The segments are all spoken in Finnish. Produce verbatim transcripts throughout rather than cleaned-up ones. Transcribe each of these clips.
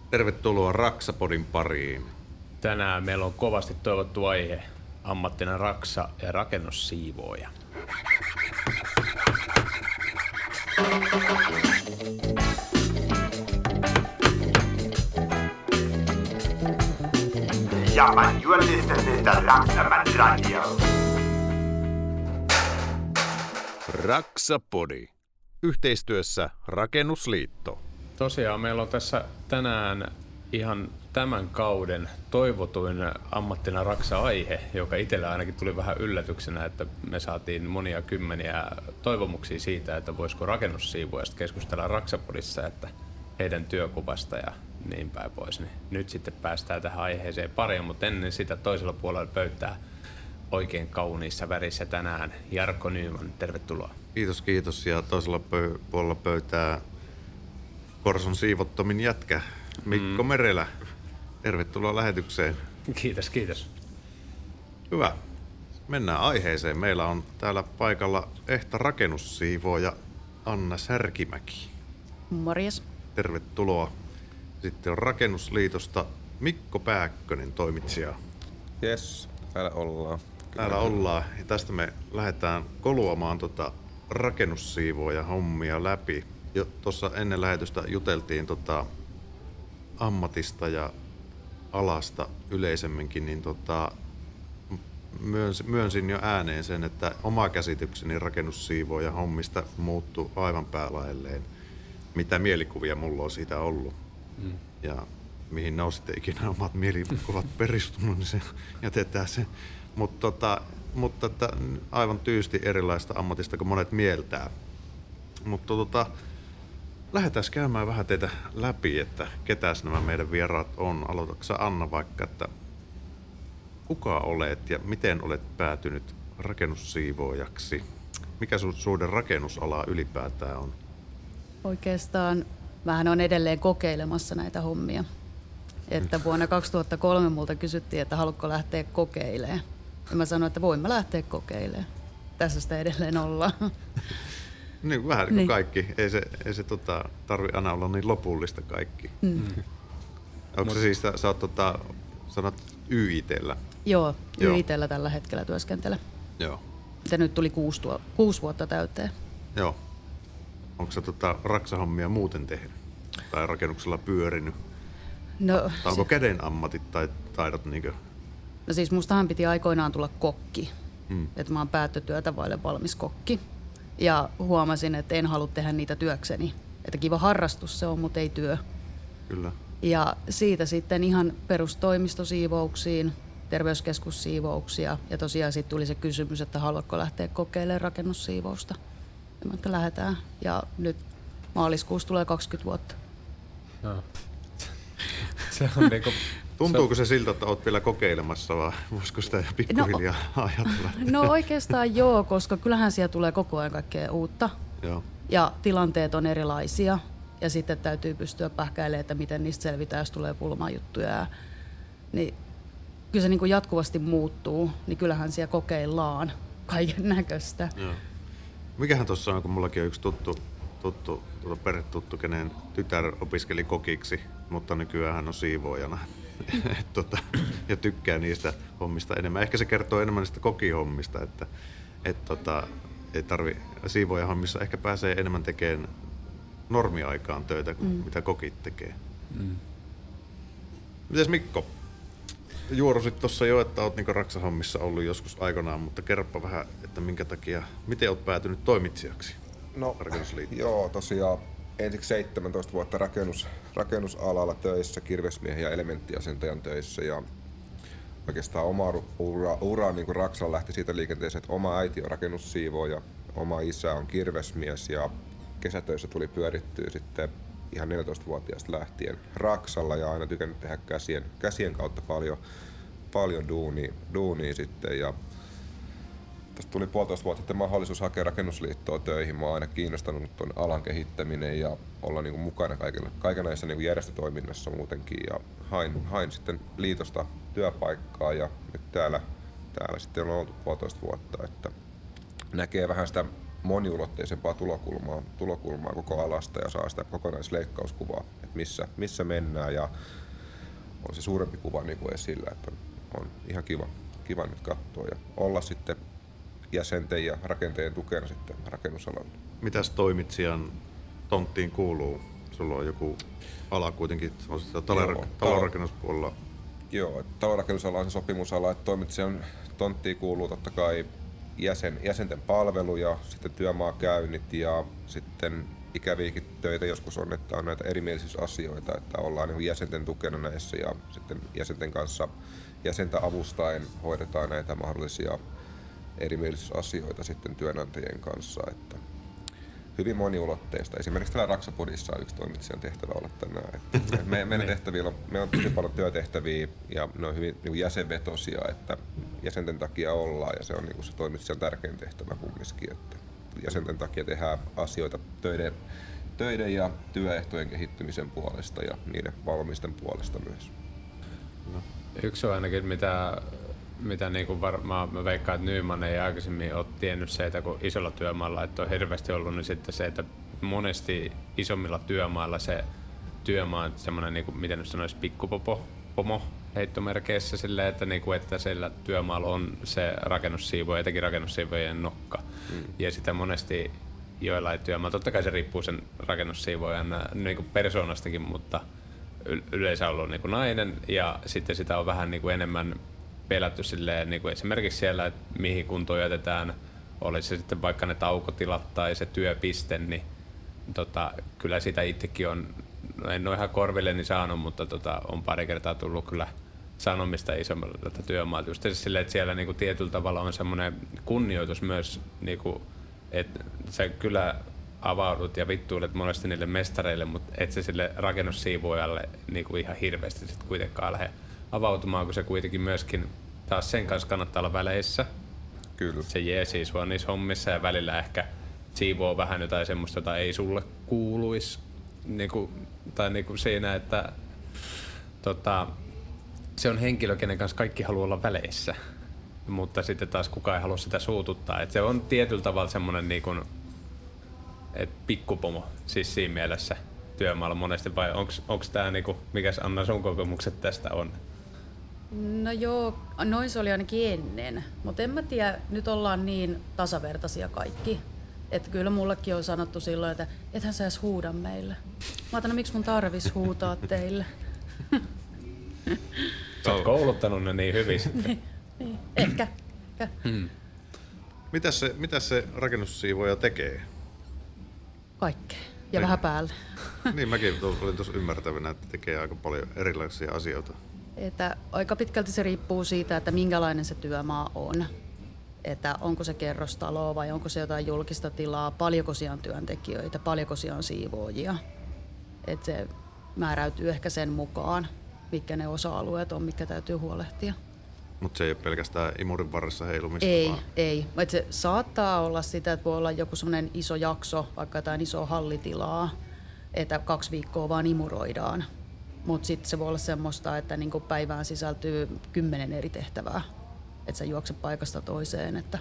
Tervetuloa Raksapodin pariin. Tänään meillä on kovasti toivottu aihe, ammattina raksa- ja rakennussiivooja. Ja man, you're listening to Raksaman Radio. Raksapodi. Yhteistyössä Rakennusliitto. Tosiaan meillä on tässä tänään ihan tämän kauden toivotuin ammattina raksa-aihe, joka itsellä ainakin tuli vähän yllätyksenä, että me saatiin monia kymmeniä toivomuksia siitä, että voisiko rakennussiivoista keskustella Raksapodissa, että heidän työkuvasta ja niin päin pois. Niin nyt sitten päästään tähän aiheeseen pariin, mutta ennen sitä toisella puolella pöytää oikein kauniissa värissä tänään Jarkko Nyman, tervetuloa. Kiitos, kiitos. Ja toisella pö- puolella pöytää Korson siivottomin jätkä Mikko mm. Merelä. Tervetuloa lähetykseen. Kiitos, kiitos. Hyvä. Mennään aiheeseen. Meillä on täällä paikalla ehta rakennussiivooja Anna Särkimäki. Morjes. Tervetuloa. Sitten on Rakennusliitosta Mikko Pääkkönen, toimitsija. Jes, täällä ollaan. Täällä ollaan. Ja tästä me lähdetään koluamaan tota rakennussiivooja hommia läpi. Jo tuossa ennen lähetystä juteltiin tota ammatista ja alasta yleisemminkin, niin tota, myönsin, myönsin jo ääneen sen, että oma käsitykseni rakennussiivooja hommista muuttui aivan päälaelleen. Mitä mielikuvia mulla on siitä ollut. Mm. Ja mihin ne on sitten ikinä omat mielikuvat peristunut, niin se jätetään se. Mut tota, mutta tota, aivan tyysti erilaista ammatista kuin monet mieltää. Mutta tota, lähdetään käymään vähän teitä läpi, että ketäs nämä meidän vieraat on. Aloitatko sä, Anna, vaikka, että kuka olet ja miten olet päätynyt rakennussiivoojaksi? Mikä sun suhde rakennusalaa ylipäätään on? Oikeastaan vähän on edelleen kokeilemassa näitä hommia. Että vuonna kaksituhattakolme multa kysyttiin, että haluatko lähteä kokeilemaan. Ja mä sanoin, että voin mä lähteä kokeilemaan. Tässä sitä edelleen ollaan. Niin, vähän niin kuin kaikki. Ei se, ei se tota, tarvi aina olla niin lopullista kaikki. Mm. Onko se siis, sä oot tota, sanot Y I T:llä? Joo, Y I T:llä tällä hetkellä työskentelen. Joo. Se nyt tuli kuusi, tuo, kuusi vuotta täyteen. Joo. Onko sä tota, raksahommia muuten tehnyt? Tai rakennuksella pyörinyt? No, tai onko se käden ammatit tai taidot niinkö? No siis mustahan piti aikoinaan tulla kokki. Hmm. Että mä oon päättötyötä vaille valmis kokki. Ja huomasin, että en halua tehdä niitä työkseni. Että kiva harrastus se on, mutta ei työ. Kyllä. Ja siitä sitten ihan perustoimistosiivouksiin, terveyskeskussiivouksia. Ja tosiaan sitten tuli se kysymys, että haluatko lähteä kokeilemaan rakennussiivousta. Ja että lähdetään. Ja nyt maaliskuussa tulee kaksikymmentä vuotta. No. Se on niinku, tuntuuko se siltä, että olet vielä kokeilemassa vai voisiko sitä pikkuhiljaa no, ajatella? No oikeastaan joo, koska kyllähän siellä tulee koko ajan kaikkea uutta. Joo. Ja tilanteet on erilaisia. Ja sitten täytyy pystyä pähkäilemään, että miten niistä selvitään, jos tulee pulmajuttuja. Niin kyllä se niin kuin jatkuvasti muuttuu, niin kyllähän siellä kokeillaan kaiken näköistä. Joo. Mikähän tuossa on, kun mullakin on yksi tuttu, tuttu tuota perhetuttu, kenen tytär opiskeli kokiksi, mutta nykyään hän on siivoojana. tota, ja tykkää niistä hommista enemmän. Ehkä se kertoo enemmän niistä kokihommista, että et, tota, ei tarvi siivoojan hommissa ehkä pääsee enemmän tekemään normiaikaan töitä kuin mm. mitä kokit tekee. Mm. Mites Mikko? Juorusit tuossa jo, että olet niinku raksahommissa ollut joskus aikanaan, mutta kerropa vähän, että minkä takia, miten olet päätynyt toimitsijaksi? No joo, tosiaan ensiksi seitsemäntoista vuotta rakennus, rakennusalalla töissä, kirvesmiehen ja elementtiasentajan töissä. Ja oikeastaan oma ura, ura niin kuin Raksalla lähti siitä liikenteeseen, että oma äiti on rakennussiivooja, oma isä on kirvesmies ja kesätöissä tuli pyörittyä sitten ihan neljätoistavuotiaasta lähtien Raksalla ja aina tykännyt tehdä käsien, käsien kautta paljon, paljon duunia, duunia sitten. Ja tästä tuli puolitoista vuotta sitten mahdollisuus hakea Rakennusliittoon töihin. Mä oon aina kiinnostanut tuon alan kehittäminen ja olla niin kuin mukana kaiken näissä niin kuin järjestötoiminnassa muutenkin. Ja hain, hain sitten liitosta työpaikkaa ja nyt täällä, täällä sitten on oltu puolitoista vuotta. Että näkee vähän sitä moniulotteisempaa tulokulmaa, tulokulmaa koko alasta ja saa sitä kokonaisleikkauskuvaa, että missä, missä mennään ja on se suurempi kuva niin kuin esillä, että on, on ihan kiva, kiva nyt katsoa ja olla sitten jäsenten ja rakenteen tukena sitten rakennusalalla. Mitäs toimitsijan tonttiin kuuluu? Sulla on joku ala kuitenkin, on sitä talonrak- talonrakennuspuolella. Joo, talonrakennusala on se sopimusala, että toimitsijan tonttiin kuuluu totta kai jäsen, jäsenten palveluja, sitten työmaakäynnit ja sitten ikäviäkin töitä joskus on, että on näitä erimielisyysasioita, että ollaan niin jäsenten tukena näissä ja sitten jäsenten kanssa jäsentä avustaen hoidetaan näitä mahdollisia erimielisyysasioita sitten työnantajien kanssa. Että hyvin moniulotteista. Esimerkiksi täällä Raksapodissa on yksi toimitsijan tehtävä olla tänään. Että me, meidän tehtävillä on, me on tosi paljon työtehtäviä ja ne on hyvin niin jäsenvetosia, että jäsenten takia ollaan ja se on niin se toimitsijan tärkein tehtävä kumminkin. Että jäsenten takia tehdään asioita töiden, töiden ja työehtojen kehittymisen puolesta ja niiden valmisten puolesta myös. No. Yksi on ainakin mitä mitä niinku varmaan mä veikkaan, että Nyman ei aikaisemmin ole tiennyt se, että kun isolla työmaalla että on hirveästi ollut, niin sitten se, että monesti isommilla työmailla se työmaa on semmoinen, niinku, miten nyt sanoisi, pikkupopo, pomo heittomerkeissä silleen, että, niinku, että siellä työmaalla on se rakennussiivo, etenkin rakennussiivojen nokka. Mm. Ja sitä monesti joillain työmailla, totta kai se riippuu sen rakennussiivojen niinku persoonastakin, mutta yleensä on ollut niinku nainen ja sitten sitä on vähän niinku enemmän pelätty silleen, niin kuin esimerkiksi siellä, että mihin kuntoon jätetään, olisi se sitten vaikka ne taukotilat tai se työpiste, niin tota, kyllä sitä itsekin on, en ole ihan korvilleni saanut, mutta tota, on pari kertaa tullut kyllä sanomista isommalta työmaalta. Just silleen, että siellä niin kuin tietyllä tavalla on semmoinen kunnioitus myös, niin kuin, että sä kyllä avaudut ja vittuilet monesti niille mestareille, mutta et se sille rakennussiivoajalle niin kuin ihan hirveästi sitten kuitenkaan lähde avautumaan, kun se kuitenkin myöskin taas sen kanssa kannattaa olla väleissä. Kyllä. Se jeesii sua niissä hommissa ja välillä ehkä siivoo vähän jotain semmoista, jota ei sulle kuuluisi. Niinku, tai niinku siinä, että tota, se on henkilö, kenen kanssa kaikki haluaa olla väleissä. Mutta sitten taas kukaan ei halua sitä suututtaa. Et se on tietyllä tavalla semmoinen niinku, et pikkupomo siis siinä mielessä työmaalla monesti. Vai onko tämä, niinku, mikäs Anna sun kokemukset tästä on? No joo, noin se oli ainakin ennen, mutta en mä tiedä, nyt ollaan niin tasavertaisia kaikki. Että kyllä mullekin on sanottu silloin, että ethän sä edes huuda meille. Mä ajattelin, miksi mun tarvis huutaa teille. Sä oot kouluttanut ne niin hyvin sitten. niin, ehkä. ehkä. Hmm. Mitäs se, mitäs se rakennussiivoja tekee? Kaikkea. Ja Ei. vähän päälle. Niin, mäkin olin tuossa ymmärtävänä, että tekee aika paljon erilaisia asioita. Että aika pitkälti se riippuu siitä, että minkälainen se työmaa on. Että onko se kerrostaloa vai onko se jotain julkista tilaa, paljonko siellä on työntekijöitä, paljonko siellä on siivoojia. Että se määräytyy ehkä sen mukaan, mitkä ne osa-alueet on, mitkä täytyy huolehtia. Mutta se ei ole pelkästään imurin varressa heilumista, Ei, vaan... ei. Et se saattaa olla sitä, että voi olla joku semmoinen iso jakso, vaikka jotain isoa hallitilaa, että kaksi viikkoa vaan imuroidaan. Mutta sitten se voi olla semmoista, että niinku päivään sisältyy kymmenen eri tehtävää. Että sä juokset paikasta toiseen, että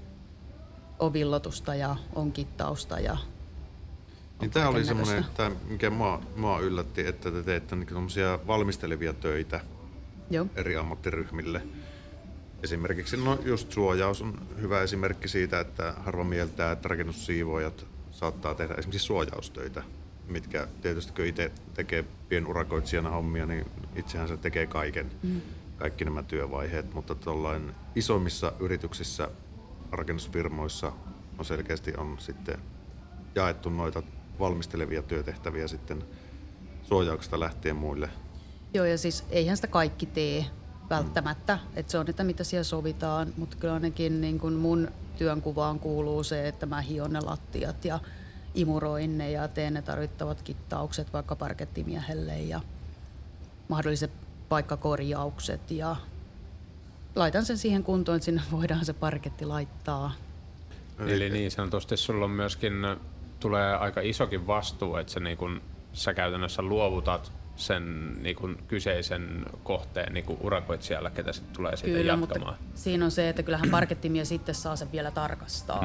on villotusta ja on kittausta ja Niin tämä oli semmoinen, tää, mikä mua, mua yllätti, että te teette niinku valmistelevia töitä Joo. eri ammattiryhmille. Esimerkiksi no just suojaus on hyvä esimerkki siitä, että harva mieltää, että rakennussiivoojat saattaa tehdä esimerkiksi suojaustöitä, mitkä tietysti kun itse tekee pienurakoitsijana hommia, niin itsehän se tekee kaiken, mm. kaikki nämä työvaiheet, mutta tuollain isommissa yrityksissä, rakennusfirmoissa on selkeästi on sitten jaettu noita valmistelevia työtehtäviä sitten suojauksesta lähtien muille. Joo, ja siis eihän sitä kaikki tee välttämättä, mm. että se on, että mitä siellä sovitaan, mutta kyllä ainakin niin kun mun työnkuvaan kuuluu se, että mä hion ne lattiat ja imuroin ne ja teen ne tarvittavat kittaukset vaikka parkettimiehelle ja mahdolliset paikkakorjaukset ja laitan sen siihen kuntoon, että sinne voidaan se parketti laittaa. Eli niin sanotusti sulla on myöskin, tulee aika isokin vastuu, että sä, niin kun, sä käytännössä luovutat sen niin kun kyseisen kohteen niin kun urakoitsijalle, ketä sitten tulee siitä Kyllä, jatkamaan. Mutta siinä on se, että kyllähän parkettimies sitten saa sen vielä tarkastaa. Mm.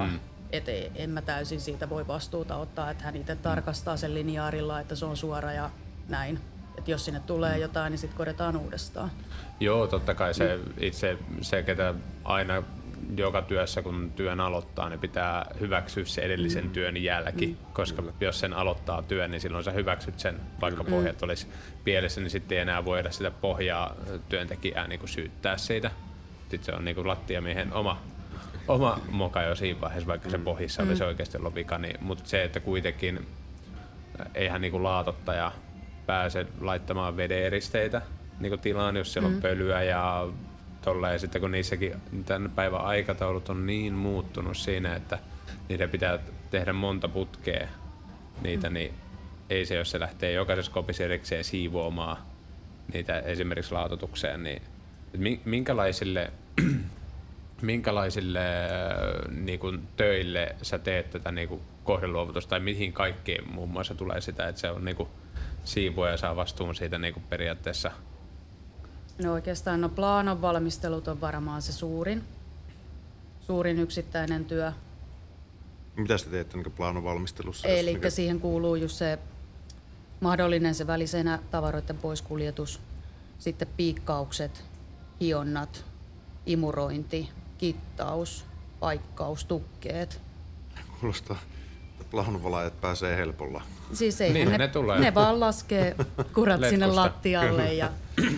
Et ei, en mä täysin siitä voi vastuuta ottaa, että hän itse tarkastaa sen linjaarilla, että se on suora ja näin. Et jos sinne tulee jotain, niin sitten korjataan uudestaan. Joo, totta kai se itse, se ketä aina joka työssä kun työn aloittaa, niin pitää hyväksyä se edellisen mm. työn jälki, mm. koska mm. jos sen aloittaa työn, niin silloin sä hyväksyt sen, vaikka mm. pohjat olisi pielessä, niin sitten ei enää voida sitä pohjaa työntekijää niin kuin syyttää siitä. Sitten se on niin kuin lattiamiehen oma, oma moka jo siinä vaiheessa, vaikka se pohjissa mm. olisi oikeasti ollut vika. Niin, mutta se, että kuitenkin eihän niin kuin laatottaja pääse laittamaan veden-eristeitä niin kuin tilaan, jos siellä mm. on pölyä ja tolleen. Sitten kun niissäkin tämän päivän aikataulut on niin muuttunut siinä, että niiden pitää tehdä monta putkea niitä, mm. niin ei se, jos se lähtee jokaisessa kopissa erikseen siivoamaan niitä esimerkiksi laatotukseen, niin minkälaisille, minkälaisille niin kuin töille sä teet tätä niin kuin kohdeluovutusta tai mihin kaikkiin muun muassa tulee sitä, että se on niin kuin siivoja ja saa vastuun siitä niin kuin periaatteessa? No oikeastaan no plaanon valmistelut on varmaan se suurin, suurin yksittäinen työ. Mitä te teette niin plaanon valmistelussa? Eli mikä... siihen kuuluu just se mahdollinen se välisenä tavaroiden poiskuljetus, sitten piikkaukset, hionnat, imurointi, kittaus, paikkaus, tukkeet. Kuulostaa, että plaanonvalajat pääsee helpolla. Siis ei niin, ne, ne, tulee. ne vaan laskee kurat sinne lattialle. Ja...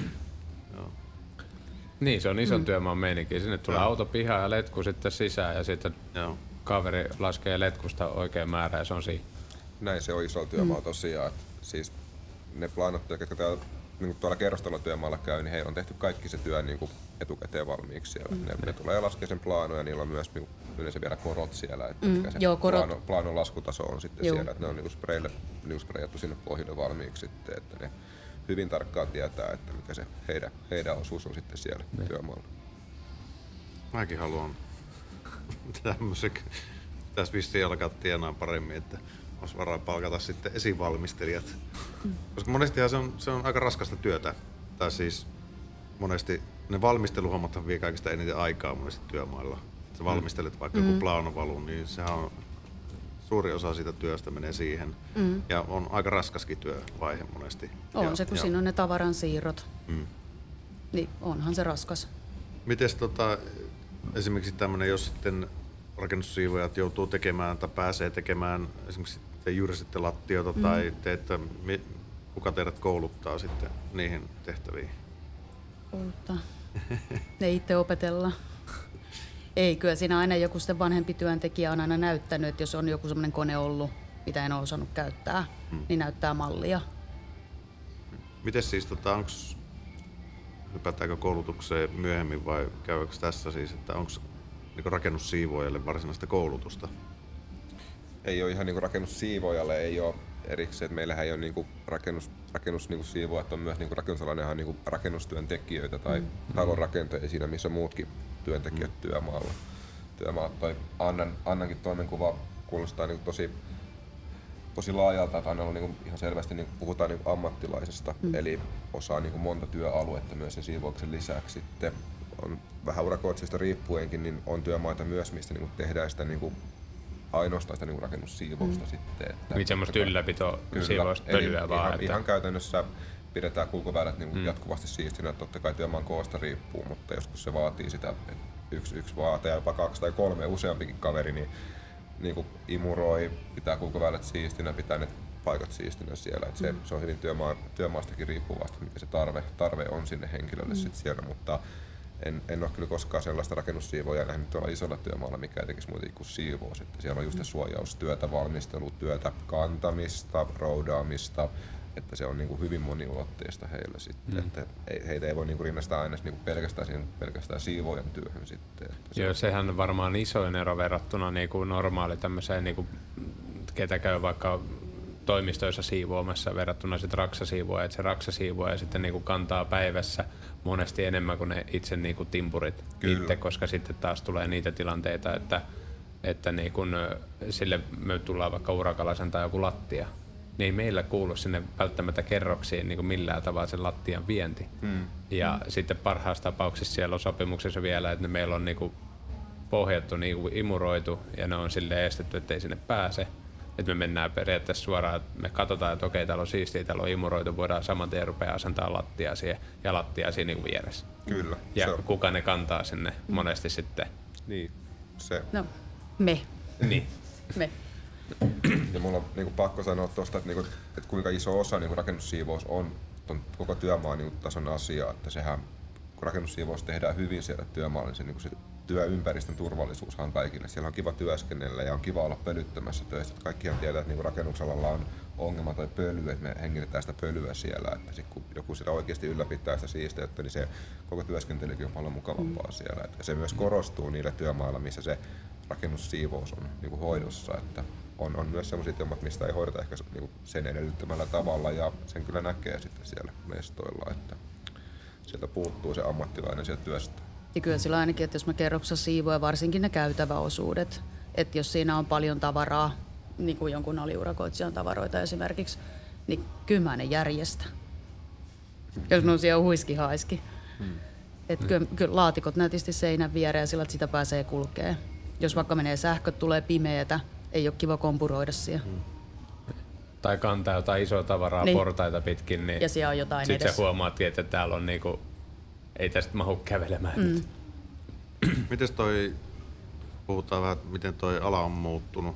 Niin, se on ison mm. työmaan meininki. Sinne tulee Joo. auto pihaan ja letku sitten sisään ja sitten Joo. kaveri laskee letkusta oikein määrä ja se on siinä. Näin se on iso työmaa mm. tosiaan. Että siis ne plaanottajat, jotka täällä, niin tuolla kerrostalotyömaalla käy, niin heillä on tehty kaikki se työ niin kuin etukäteen valmiiksi siellä. Mm. Ne, ne tulee ja laskee sen plaanon ja niillä on myös niin kuin, yleensä vielä korot siellä, että mm. mikä se Joo, korot. Plaano, plaanon laskutaso on sitten Joo. siellä, että ne on niin kuin spreille, niin kuin spreijattu sinne pohjille valmiiksi sitten, että ne hyvin tarkkaan tietää, että mikä se heidän, heidän osuus on sitten siellä ne. työmaalla. Mäkin haluan tämmöisen, tässä vissiin alkaa tienaa paremmin, että olisi varaa palkata sitten esivalmistelijat. Mm. Koska monestihan se on, se on aika raskasta työtä. Tai siis monesti ne valmisteluhommat vie kaikista eniten aikaa monesti työmailla. Sä valmistelet vaikka mm. joku plaanovallun, niin sehän on suuri osa siitä työstä menee siihen. Mm. Ja on aika raskaskin työvaihe monesti. On ja, se, kun ja... siinä on ne tavaran siirrot. Mm. Niin onhan se raskas. Mites tota, esimerkiksi tämmönen, jos sitten rakennussiivojat joutuu tekemään tai pääsee tekemään, esimerkiksi te jyrsitte lattiota mm. tai teette, kuka teidät kouluttaa sitten niihin tehtäviin? Kouluttaa. Ne itse opetella. Ei, kyllä siinä aina joku sitten vanhempi työntekijä on aina näyttänyt, että jos on joku semmoinen kone ollut, mitä en ole osannut käyttää, mm. niin näyttää mallia. Miten siis, tota, onks, hypätäänkö koulutukseen myöhemmin vai käydäänkö tässä siis, että onko niinku rakennussiivoojalle varsinaista koulutusta? Ei ole ihan niinku rakennussiivoojalle, ei ole erikseen, että meillähän ei ole niinku rakennus, rakennus niinku siivoajat, on myös niinku rakennusalan niinku rakennustyöntekijöitä tai mm. talonrakentajia siinä, missä muutkin työntekijät mm. työmaalla. Työmaalla toi Annan, Annankin toimenkuva kuulostaa niinku tosi, tosi laajalta, että Annalla niinku ihan selvästi niinku puhutaan niinku ammattilaisesta, mm. eli osaa niinku monta työaluetta myös sen siivouksen lisäksi. Sitten on vähän urakoitsijasta riippuenkin, niin on työmaita myös, mistä niinku tehdään sitä niinku ainoastaan sitä niinku rakennussiivousta mm. sitten. Että, niin semmoista ylläpito siivousta pölyä vaan. Ihan, että... ihan käytännössä pidetään kulkuväylät niinku mm. jatkuvasti siistinä, totta kai työmaan koosta riippuu, mutta joskus se vaatii sitä, että yksi, yksi vaatii jopa kaksi tai kolme useampikin kaveri, niin niinku imuroi, pitää kulkuväylät siistinä, pitää ne paikat siistinä siellä. Et se, mm. se on hyvin työmaa, työmaastakin riippuvasta, mikä se tarve, tarve on sinne henkilölle mm. sit siellä, mutta En, en ole kyllä koskaan sellaista rakennussiivoja nähnyt tuolla isolla työmaalla, mikä ei tekisi muuta kuin siivous. Että siellä on just suojaustyötä, valmistelutyötä, kantamista, roudaamista, että se on niin kuin hyvin moniulotteista heillä sitten. Mm. Että heitä ei voi niin kuin rinnastaa aina niin kuin pelkästään, siihen, pelkästään siivojan työhön sitten. Että se Joo, on... sehän varmaan isoin ero verrattuna niin kuin normaali tämmöiseen, niin kuin, ketä käy vaikka toimistoissa siivoamassa verrattuna sitten raksasiivoja, että se raksasiivoja sitten niinku kantaa päivässä monesti enemmän kuin ne itse niinku timpurit itse, koska sitten taas tulee niitä tilanteita, että, että niinku sille me tullaan vaikka urakalaisen tai joku lattia, niin ei meillä kuulu sinne välttämättä kerroksiin niinku millään tavalla sen lattian vienti. Mm. Ja mm. sitten parhaassa tapauksessa siellä on sopimuksessa vielä, että meillä on niinku pohjattu, niin kuin imuroitu ja ne on silleen estetty, ettei sinne pääse. Että me mennään periaatteessa suoraan, me katsotaan, että okei, täällä on siistiä, täällä on imuroitu, voidaan saman tien rupeaa asentaa lattia siihen ja lattia siinä niin vieressä. Kyllä. Ja se on. kuka ne kantaa sinne monesti sitten? Niin, se. No, me. Niin. Me. Ja mulla on niinku pakko sanoa tuosta, että, niinku, että kuinka iso osa niinku rakennussiivous on ton koko työmaan niinku tason asia, että sehän kun rakennussiivous tehdään hyvin siellä työmaalla, niin se, niinku se työympäristön turvallisuushan on kaikille. Siellä on kiva työskennellä ja on kiva olla pölyttämässä töissä. Kaikkihan tietää, että niinku rakennusalalla on ongelma tai pöly, että me hengitetään sitä pölyä siellä. Että sit, kun joku sitä oikeasti ylläpitää sitä siisteyttä, niin se koko työskentelykin on paljon mukavampaa mm. siellä. Että se myös korostuu niillä työmailla, missä se rakennussiivous on niinku hoidossa. Että on, on myös sellaiset työmaat, mistä ei hoideta ehkä niinku sen edellyttämällä tavalla ja sen kyllä näkee sitten siellä mestoilla, että sieltä puuttuu se ammattilainen sieltä työstä. Ja kyllä sillä ainakin, että jos mä kerroksessa siivoan, varsinkin ne käytäväosuudet, että jos siinä on paljon tavaraa, niin kuin jonkun aliurakoitsijan tavaroita esimerkiksi, niin kyllä mä ne järjestä. Jos mun siellä on huiski haiski. Hmm. Että kyllä, kyllä laatikot nätisti seinän viereen sillä, että sitä pääsee kulkee. Jos vaikka menee sähköt, tulee pimeätä, ei ole kiva kompuroida siellä. Hmm. Tai kantaa jotain isoa tavaraa niin. portaita pitkin, niin ja siellä on jotain sit edessä. Sä huomaat, että täällä on niinku, ei tästä mahu kävelemään mm. nyt. Mites toi, puhutaan vähän, miten toi ala on muuttunut,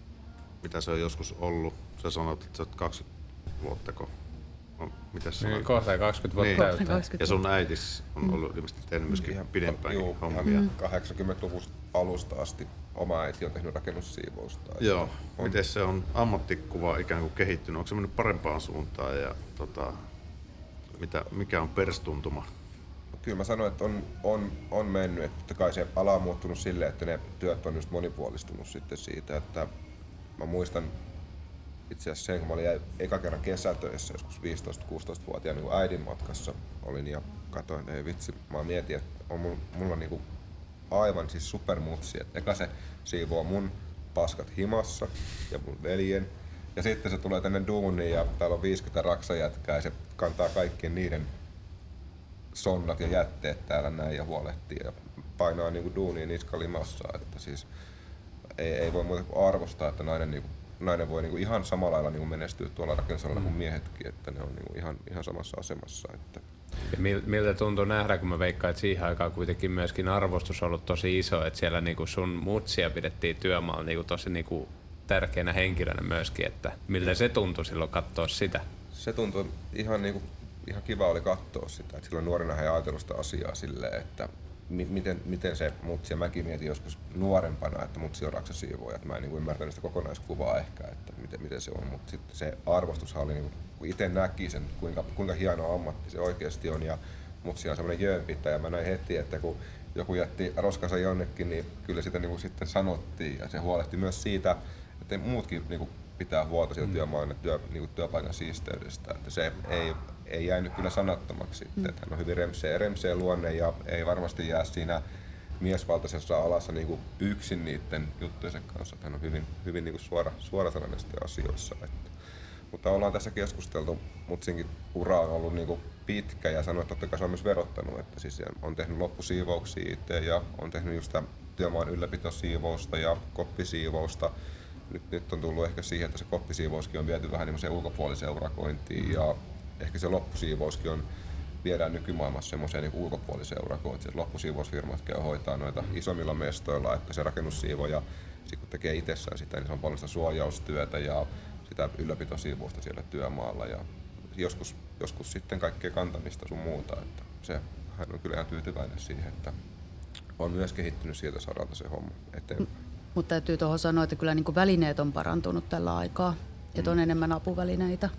mitä se on joskus ollut. Sä sanoit, että sä oot kaksikymmentä vuottako. No, mitäs niin, kohta kaksikymmentä vuotta niin. täyttää. Ja sun äitis on ollut ilmeisesti tehnyt myöskin ihan pidempäänkin juu, hommia. Mm. kahdeksankymmentäluvun alusta asti oma äiti on tehnyt rakennussiivousta. Joo. On. Miten se on ammattikuva ikään kuin kehittynyt? Onko se mennyt parempaan suuntaan ja tota, mitä, mikä on perstuntuma? Kyllä mä sanoin, että on, on, on mennyt. Että totta kai se ala on muuttunut silleen, että ne työt on just monipuolistunut sitten siitä, että mä muistan itse asiassa sen, kun mä olin eka kerran kesätöissä joskus viisitoista-kuusitoista-vuotiaan niin äidin matkassa olin ja katsoin, että ei vitsi, mä mietin, että on mulla, mulla on niin kuin aivan siis supermutsi, että eka se siivoo mun paskat himassa ja mun veljen ja sitten se tulee tänne duuniin ja täällä on viisikymmentä raksajätkää ja se kantaa kaikkien niiden sonnat ja jätteet täällä näin ja huolehtii ja painaa niinku duuniin niskalimassa, että siis ei, ei voi muuta kuin arvostaa, että nainen, niinku, nainen voi niinku ihan samalla lailla niinku menestyä tuolla rakennusalalla mm. kuin miehetkin, että ne on niinku ihan, ihan samassa asemassa. Että. Ja miltä tuntuu nähdä, kun mä veikkaan, että siihen aikaan kuitenkin myöskin arvostus on ollut tosi iso, että siellä niinku sun mutsia pidettiin työmaalla niinku tosi niinku tärkeänä henkilönä myöskin, että miltä se tuntui silloin katsoa sitä? Se tuntui ihan niinku ihan kiva oli katsoa sitä, että silloin nuorena ei ajatellut sitä asiaa silleen, että mi- miten, miten se mutsi, ja mäkin mietin joskus nuorempana, että mutsi on raksasiivooja, että mä en niin kuin ymmärtänyt sitä kokonaiskuvaa ehkä, että miten, miten se on, mutta sitten se arvostushan oli, niin kuin, kun itse näki sen, kuinka, kuinka hieno ammatti se oikeasti on, ja mutsi on semmoinen jöönpitäjä, ja mä näin heti, että kun joku jätti roskansa jonnekin, niin kyllä sitä niin kuin sitten sanottiin, ja se huolehti myös siitä, että muutkin niin kuin pitää huolta siitä mm. työmaan työ, niin kuin työpaikan siisteydestä, että se ei ei jäänyt kyllä sanattomaksi. Mm. Että hän on hyvin remseä, remseä luonne ja ei varmasti jää siinä miesvaltaisessa alassa niin kuin yksin niiden juttujen kanssa. Hän on hyvin, hyvin niin kuin suora, suorasanainen asioissa. Että. Mutta ollaan tässä keskusteltu, Mutsinkin ura on ollut niin kuin pitkä ja sanoin, että totta kai se on myös verottanut. Että siis on tehnyt loppusiivouksia itse ja on tehnyt just sitä työmaan ylläpitosiivousta ja koppisiivousta. Nyt, nyt on tullut ehkä siihen, että se koppisiivouskin on viety vähän niin ulkopuoliseen urakointiin. Mm. Ja ehkä se loppusiivouskin on, viedään nykymaailmassa semmoiseen niin ulkopuoliseen urakointiin, että loppusiivousfirmat käy hoitaa noita isommilla mestoilla, että se rakennussiivo ja sit kun tekee itsessään sitä, niin se on paljon sitä suojaustyötä ja sitä ylläpitosiivousta siellä työmaalla ja joskus, joskus sitten kaikkea kantamista sun muuta, että se, hän on kyllä ihan tyytyväinen siihen, että on myös kehittynyt sieltä saralta se homma eteenpäin. Mutta täytyy tuohon sanoa, että kyllä niin kuin välineet on parantunut tällä aikaa, että on enemmän apuvälineitä.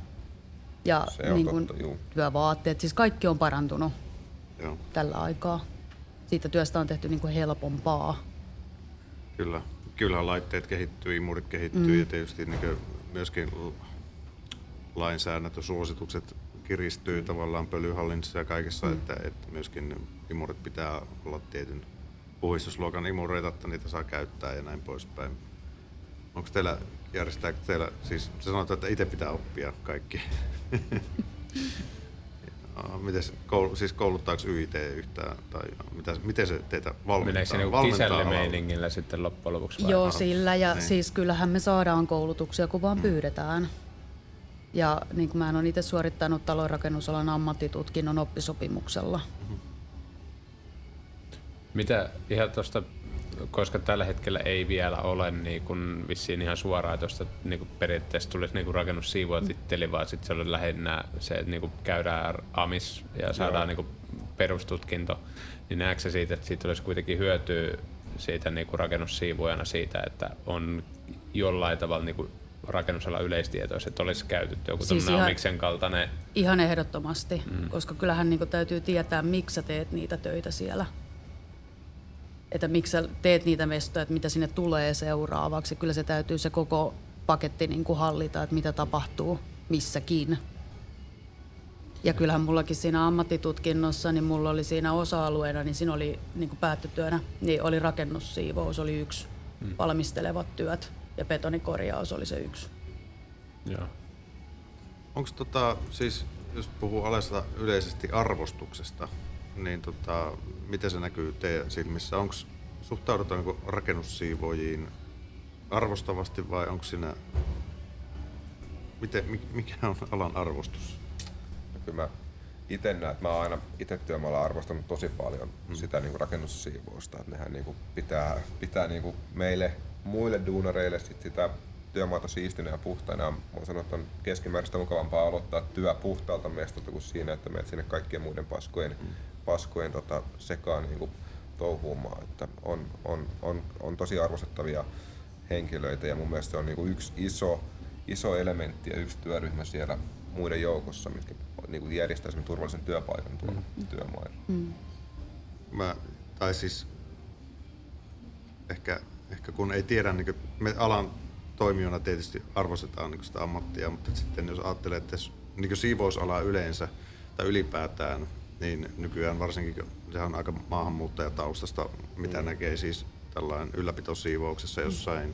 Ja niin kuin työvaatteet, siis kaikki on parantunut Joo. tällä aikaa. Siitä työstä on tehty niin kuin helpompaa. Kyllä. Kyllähän laitteet kehittyy, imurit kehittyy mm. ja tietysti niin kuin myöskin lainsäädännöt ja suositukset kiristyy tavallaan pölyhallinnassa ja kaikessa, mm. että, että myöskin imurit pitää olla tietyn puhdistusluokan imureita, että niitä saa käyttää ja näin poispäin. Onko teillä, järjestääkö teillä, siis sä sanoit, että itse pitää oppia kaikki. miten se, koul, siis kouluttaako Y I T yhtään, tai mitä, miten se teitä valmentaa? Meneekö se niinku kisällimeiningillä sitten loppujen lopuksi? Vai? Joo, sillä ja niin. siis kyllähän me saadaan koulutuksia, kun vaan mm. pyydetään. Ja niin kuin mä olen itse suorittanut talonrakennusalan ammattitutkinnon oppisopimuksella. Mm-hmm. Mitä ihan tuosta, koska tällä hetkellä ei vielä ole niin kun vissiin ihan suoraan tuosta niin periaatteessa tulisi niin rakennussiivua titteli, vaan sitten se on lähinnä se, että niin käydään A M I S ja saadaan niin perustutkinto, niin näetkö sä siitä, että siitä olisi kuitenkin hyötyä siitä niin rakennussiivujana siitä, että on jollain tavalla niin rakennusalan yleistietoiset, että olisi käytetty joku siis ihan, Amiksen kaltainen? Ihan ehdottomasti, mm. koska kyllähän niin täytyy tietää, miksi sä teet niitä töitä siellä. Että miksi sä teet niitä mestoja, että mitä sinne tulee seuraavaksi. Kyllä se täytyy se koko paketti niin kuin hallita, että mitä tapahtuu missäkin. Ja kyllähän mullakin siinä ammattitutkinnossa, niin mulla oli siinä osa-alueena, niin siinä oli niin kuin päättötyönä, niin oli rakennussiivous, oli yksi, hmm. valmistelevat työt ja betonikorjaus oli se yksi. Joo. Onko tota, siis, jos puhuu Alesta yleisesti arvostuksesta, niin tota, miten se näkyy teidän silmissä? Onko, suhtaudutaanko rakennussiivojiin arvostavasti vai onko siinä, miten, mikä on alan arvostus? Kyllä mä itse näen, että mä oon aina itse työmaalla arvostanut tosi paljon mm. sitä niin kuin rakennussiivousta, että nehän niin kuin pitää, pitää niin kuin meille muille duunareille sit sitä työmaata siistinä ja puhtaina. Mä oon sanonut, että on keskimääräistä mukavampaa aloittaa työ puhtaalta mestolta kuin siinä, että menet sinne kaikkien muiden paskojen, mm. paskojen tota, sekaan niin kuin touhuumaan. Että on, on, on, on tosi arvostettavia henkilöitä ja mun mielestä se on niin kuin yksi iso, iso elementti ja yksi työryhmä siellä muiden joukossa, mitkä niin kuin järjestää sen turvallisen työpaikan tuolla mm. työmailla. Mm. Mä, tai siis ehkä, ehkä kun ei tiedä, niin me alan toimijana tietysti arvostetaan niin sitä ammattia, mutta sitten jos ajattelee, että niin siivousalaa yleensä tai ylipäätään, niin nykyään varsinkin sehän on aika maahanmuuttajataustasta, mitä mm. näkee siis tällainen ylläpitosiivouksessa jossain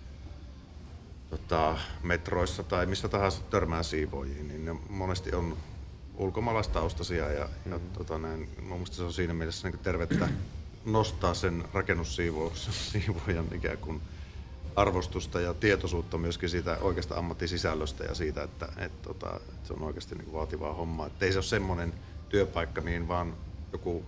tota, metroissa tai missä tahansa törmää siivoojiin, niin ne monesti on ulkomaalaistaustaisia ja, mm. ja tota, näin, mun mielestä se on siinä mielessä niin tervettä nostaa sen rakennussiivoojan ikään kuin arvostusta ja tietoisuutta myöskin siitä oikeasta ammattisisällöstä ja siitä, että, että, että, että se on oikeasti niin kuin vaativaa hommaa. Että ei se ole semmoinen työpaikka, mihin vaan joku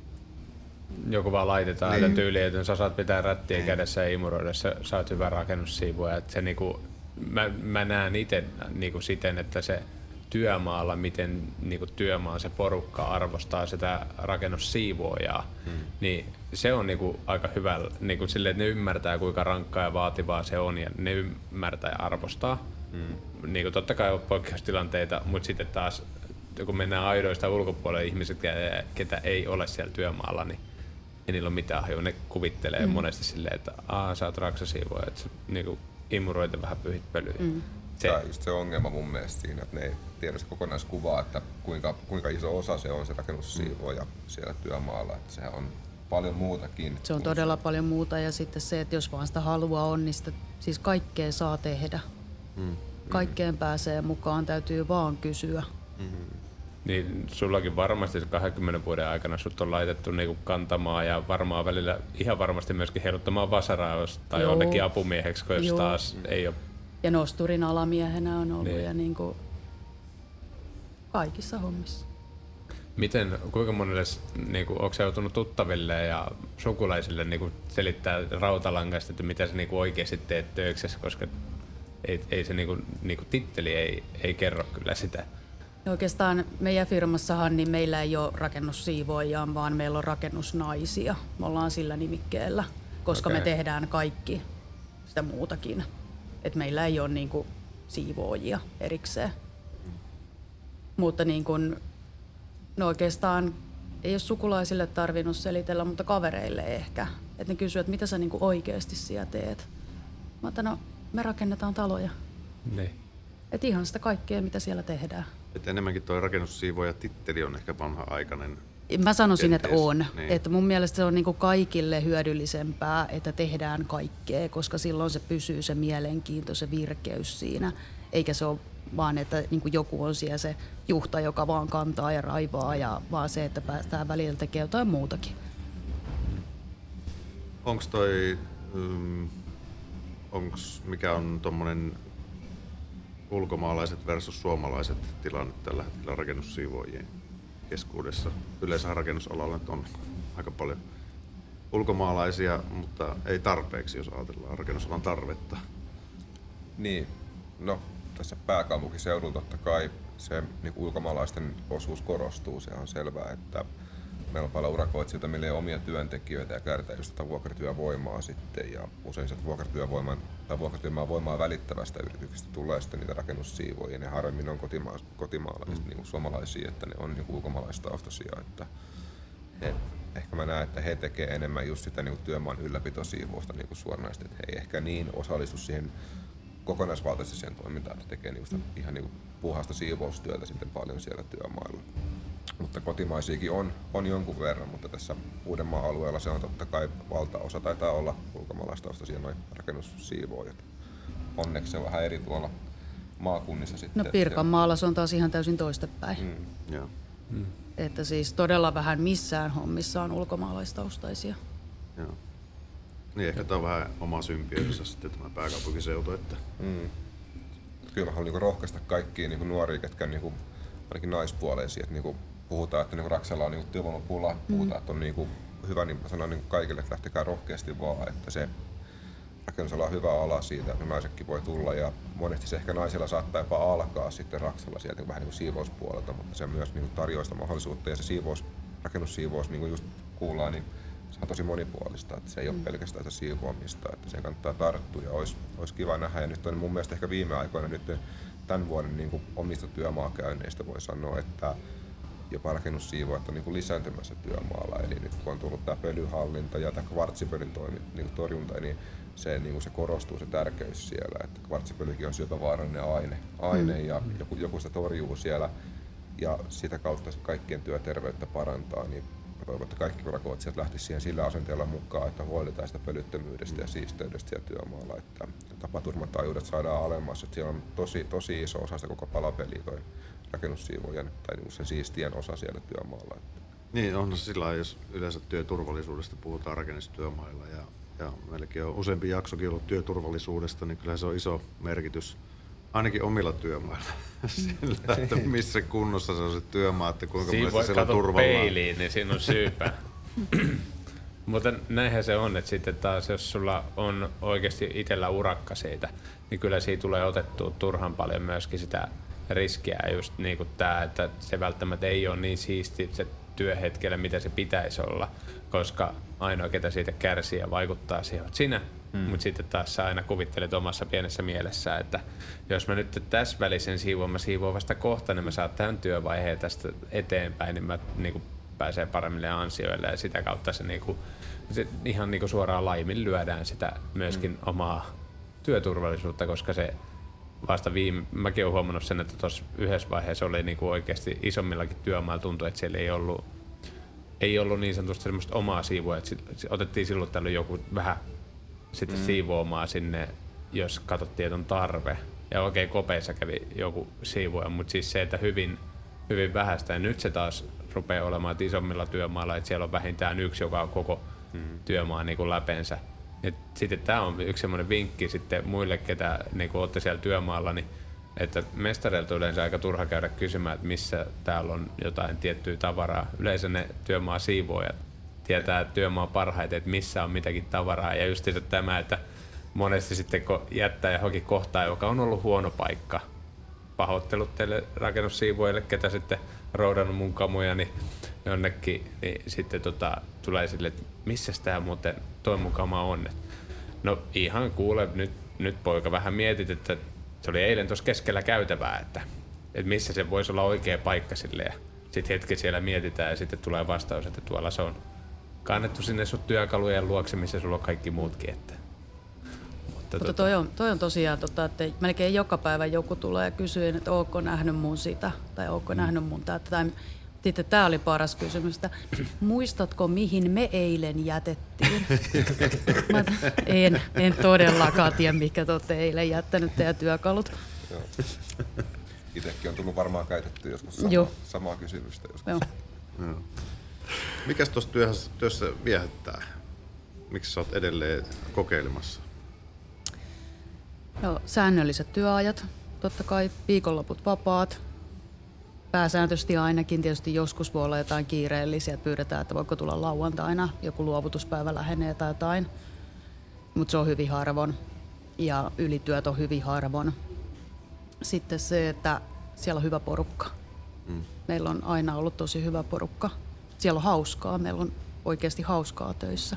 Joku vaan laitetaan niin. tyyliin, että sä saat pitää rättiä niin. kädessä ja imuroida, sä saat hyvän rakennussiivua. Että se niinku, mä, mä näen itse niinku siten, että se työmaalla, miten niinku työmaan se porukka arvostaa sitä rakennussiivoojaa, hmm. niin se on niinku aika hyvä, niinku silleen, että ne ymmärtää kuinka rankkaa ja vaativaa se on ja ne ymmärtää ja arvostaa. Hmm. Niinku totta kai on poikkeustilanteita, mutta sitten taas kun mennään aidoista ulkopuolelle ihmiset, ketä ei ole siellä työmaalla, niin ei niillä ole mitään hajua. Ne kuvittelee mm. monesti silleen, että aah, sä oot raksasiivoja, että sä niinku imuroit ja vähän pyhit pölyä. Mm. Se. Tämä on just se ongelma mun mielestä siinä, että ne ei tiedä se kokonaiskuvaa, että kuinka, kuinka iso osa se on se rakennussiivoja mm. siellä työmaalla. Että sehän on paljon muutakin. Se on todella se. paljon muuta ja sitten se, että jos vaan sitä halua on, niin sitä, siis kaikkea saa tehdä. Mm. Kaikkeen mm. pääsee mukaan, täytyy vaan kysyä. Mm-hmm. Niin sullakin varmasti kaksikymmentä vuoden aikana sut on laitettu niinku kantamaan ja varmaan välillä ihan varmasti myöskin heiluttamaan vasaraa tai Joo. jonnekin apumieheksi, kun jos taas ei ole. Ja nosturin alamiehenä on ollut niin. ja niinku kaikissa hommissa. Miten, kuinka monelle, niinku, onko sä joutunut tuttaville ja sukulaisille niinku, selittää rautalangasta, että mitä sä niinku, oikeasti teet töiksessä, koska ei, ei se niinku, niinku, titteli ei, ei kerro kyllä sitä. Oikeastaan meidän firmassahan niin meillä ei ole rakennussiivoojia, vaan meillä on rakennusnaisia. Me ollaan sillä nimikkeellä, koska okay. me tehdään kaikki sitä muutakin. Et meillä ei ole niinku siivoojia erikseen. Mm. Mutta niin kun, no oikeastaan ei ole sukulaisille tarvinnut selitellä, mutta kavereille ehkä. Et ne kysyvät, että mitä sä niinku oikeasti siellä teet. Mä otan, no me rakennetaan taloja. Ne. Et ihan sitä kaikkea, mitä siellä tehdään. Et enemmänkin tuo rakennussiivoja titteli on ehkä vanha-aikainen. Mä sanoisin, että on. Niin. Että mun mielestä se on niinku kaikille hyödyllisempää, että tehdään kaikkea, koska silloin se pysyy se mielenkiinto, se virkeys siinä. Eikä se ole vaan että niin kuin joku on siellä se juhta, joka vaan kantaa ja raivaa, ja vaan se, että päästään välillä tekemään jotain muutakin. Onks toi, mm, onks, mikä on tommonen ulkomaalaiset versus suomalaiset tilanne tällä hetkellä rakennussiivoojien keskuudessa? Yleensä rakennusalalla on aika paljon ulkomaalaisia, mutta ei tarpeeksi, jos ajatellaan rakennusalan tarvetta. Niin, no tässä pääkaupunkiseudulla totta kai se niin ulkomaalaisten osuus korostuu, se on selvää, että meillä on paljon urakoitsijoita, meillä ei ole omia työntekijöitä ja käytetään just tätä vuokratyövoimaa sitten, ja usein sieltä vuokratyövoiman tai vuokratyövoimaa välittävästä yrityksestä tulee sitten niitä rakennussiivoja, ja harvemmin on kotima- kotimaalaiset mm. niin suomalaisia, että ne on niin ulkomaalaistaustaisia, että he, ehkä mä näen, että he tekevät enemmän just sitä niin työmaan ylläpitosiivousta niin suoranaisesti, että he ei ehkä niin osallistu siihen kokonaisvaltaiseen toimintaan, että tekee niin mm. ihan niin puhasta siivoustyötä sitten paljon siellä työmailla. Mutta kotimaisiakin on, on jonkun verran, mutta tässä Uudenmaan alueella se on totta kai valtaosa, taitaa olla ulkomaalaistaustaisia noin rakennussiivoojat. Onneksi se on vähän eri tuolla maakunnissa sitten. No Pirkanmaalla se on taas ihan täysin toistepäin. Mm. Joo. Mm. Että siis todella vähän missään hommissa on ulkomaalaistaustaisia. Joo. Niin ehkä tää on vähän oma symbioissa sitten tämä pääkaupunkiseutu, että Mm. Kyllä mä haluan niinku rohkaista kaikkia niinku nuoria, ketkä niinku, ainakin naispuoleisia, että niinku puhutaan, että niinku Raksalla on niinku työvoimapula, mm. puhutaan, että on niinku hyvä, niin mä sanon niinku kaikille, että lähtekää rohkeasti vaan, että se rakennusala on hyvä ala siitä, että naisetkin voi tulla, ja monesti se ehkä naisilla saattaa jopa alkaa sitten Raksalla sieltä vähän niinku siivouspuolelta, mutta se myös niinku tarjoaa sitä mahdollisuutta, ja se siivous, rakennussiivous, niin kuin just kuullaan, niin se on tosi monipuolista, että se ei ole mm. pelkästään sitä siivoamista, että sen kannattaa tarttua ja olisi, olisi kiva nähdä. Ja nyt on mun mielestä ehkä viime aikoina nyt tämän vuoden niin kuin omista työmaakäynneistä voi sanoa, että jopa rakennussiivoajat on niin kuin lisääntymässä työmaalla. Eli nyt kun on tullut tämä pölyhallinta ja tämä kvartsipölyn toimi, niin kuin torjunta, niin se, niin kuin se korostuu se tärkeys siellä, että kvartsipölykin on syöpävaarallinen aine, aine mm. ja joku, joku sitä torjuu siellä ja sitä kautta kaikkien työterveyttä parantaa. Niin toivon, että kaikki urakoitsijat lähtisivät siihen sillä asenteella mukaan, että huolehditaan sitä pölyttömyydestä ja siisteydestä siellä työmaalla, että tapaturmataajuudet saadaan alemmas. Että siellä on tosi, tosi iso osa sitä koko palapeliä toi rakennussiivojen tai niin sen siistien osa siellä työmaalla. niin on se sillä lailla, jos yleensä työturvallisuudesta puhutaan rakennustyömailla ja, ja meilläkin on useampi jaksokin ollut työturvallisuudesta, niin kyllä se on iso merkitys ainakin omilla työmailla sillä, että missä kunnossa se on se työmaa, että kuinka siinä paljon siellä turvallaan. Siinä voi peiliin, niin siinä on syypä. Mutta näinhän se on, että sitten taas jos sulla on oikeasti itsellä urakka siitä, niin kyllä siitä tulee otettua turhan paljon myöskin sitä riskiä, just niin kuin tämä, että se välttämättä ei ole niin siisti se työhetkellä, mitä se pitäisi olla, koska ainoa, ketä siitä kärsii ja vaikuttaa siihen, on sinä. Hmm. Mutta sitten taas sä aina kuvittelet omassa pienessä mielessä, että jos mä nyt tässä välisen siivoon, mä siivoon vasta kohta, niin mä saan tämän työvaiheen tästä eteenpäin, niin mä niin pääsee paremmille ansioille ja sitä kautta se, niin kuin, se ihan niin kuin suoraan laiminlyödään sitä myöskin hmm. omaa työturvallisuutta, koska se vasta viime, mäkin olen huomannut sen, että tuossa yhdessä vaiheessa oli niin kuin oikeasti isommillakin työmailla tuntui, että siellä ei ollut, ei ollut niin sanotusti semmoista omaa siivoa, että otettiin silloin tällöin joku vähän sitten mm. siivoamaan sinne, jos katsottiin, että on tarve. Ja okei, okay, kopeissa kävi joku siivoja, mutta siis se, että hyvin, hyvin vähäistä. Ja nyt se taas rupeaa olemaan isommilla työmailla, että siellä on vähintään yksi, joka on koko mm. työmaa niin kuin läpensä. Et sitten tämä on yksi semmoinen vinkki sitten muille, ketä niin kuin olette siellä työmaalla, niin että mestareilta yleensä aika turha käydä kysymään, että missä täällä on jotain tiettyä tavaraa. Yleensä ne työmaa siivoojat tietää työmaa parhaiten, että missä on mitäkin tavaraa. Ja just tämä, että monesti sitten kun jättää johonkin kohtaan, joka on ollut huono paikka, pahoittelut teille rakennussiivoille, ketä sitten roudannut mun kamuja, niin jonnekin, niin sitten tota, tulee sille, että missä tämä muuten toi mun kama on. No ihan kuule, nyt, nyt poika vähän mietit, että se oli eilen tuossa keskellä käytävää, että, että missä se voisi olla oikea paikka sille. Ja sitten hetki siellä mietitään ja sitten tulee vastaus, että tuolla se on kannettu sinne sun työkalujen luokse, missä sulla on kaikki muutkin. Että. Mutta, Mutta toi, on, toi on tosiaan, tota, että melkein joka päivä joku tulee ja kysyy, että ootko nähnyt mun sitä tai ootko mm. nähnyt mun tätä. Tai sitten tämä oli paras kysymys, että muistatko mihin me eilen jätettiin? Mä, en, en todellakaan tiedä, mikä te olette eilen jättänyt teidän työkalut. Itsekin on tullut varmaan käytetty joskus sama, samaa kysymystä joskus. Joo. Joo. Mikäs tuossa työssä, työssä viehättää? Miksi sä oot edelleen kokeilemassa? Joo, säännölliset työajat, totta kai viikonloput vapaat. Pääsääntöisesti ainakin, tietysti joskus voi olla jotain kiireellisiä, pyydetään, että voiko tulla lauantaina, joku luovutuspäivä lähenee tai jotain. Mutta se on hyvin harvoin ja ylityöt on hyvin harvoin. Sitten se, että siellä on hyvä porukka. Mm. Meillä on aina ollut tosi hyvä porukka. Siellä on hauskaa, meillä on oikeasti hauskaa töissä.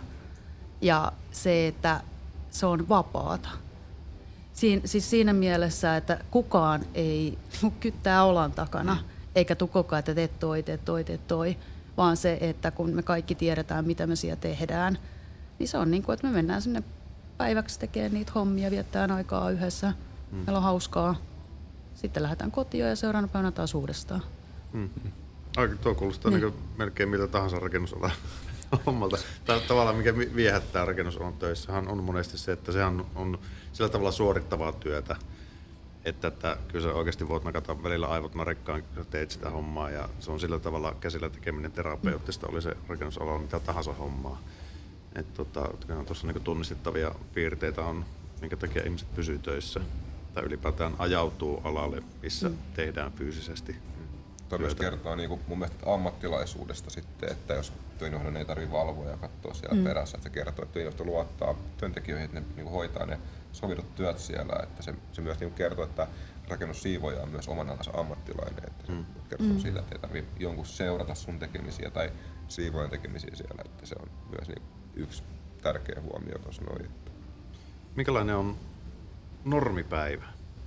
Ja se, että se on vapaata. Siin, siis siinä mielessä, että kukaan ei kyttää olan takana, mm. eikä tule koko ajan, että teet toi, teet toi, teet toi, vaan se, että kun me kaikki tiedetään, mitä me siellä tehdään, niin se on niin kuin, että me mennään sinne päiväksi tekemään niitä hommia, viettään aikaa yhdessä, mm. meillä on hauskaa. Sitten lähdetään kotiin ja seuraavana päivänä taas uudestaan. Mm-hmm. Aika tuo kuulostaa niin. Niin melkein miltä tahansa rakennusalan hommalta. Tavallaan mikä viehättää rakennusalan töissähän on monesti se, että sehän on sillä tavalla suorittavaa työtä, että, että kyllä sä oikeasti voit nakata välillä aivot narekkaan, kun sä teet sitä hommaa ja se on sillä tavalla käsillä tekeminen terapeuttista, oli se rakennusalalla mitä tahansa hommaa. Että tota, tuossa niinku tunnistettavia piirteitä on, minkä takia ihmiset pysyy töissä tai ylipäätään ajautuu alalle, missä mm. tehdään fyysisesti. Tuo myös kertoo niin kuin mun mielestä ammattilaisuudesta sitten, että jos työnjohdon ei tarvitse valvoa ja katsoa siellä mm. perässä, että se kertoo, että työnjohto luottaa työntekijöihin, että ne niin kuin hoitaa ne sovitut työt siellä, että se, se myös niin kuin kertoo, että rakennussiivoja on myös oman alansa ammattilainen, että se mm. kertoo mm. siitä, että ei tarvitse jonkun seurata sun tekemisiä tai siivojen tekemisiä siellä, että se on myös niin yksi tärkeä huomio tuossa noin. Minkälainen on normipäivä?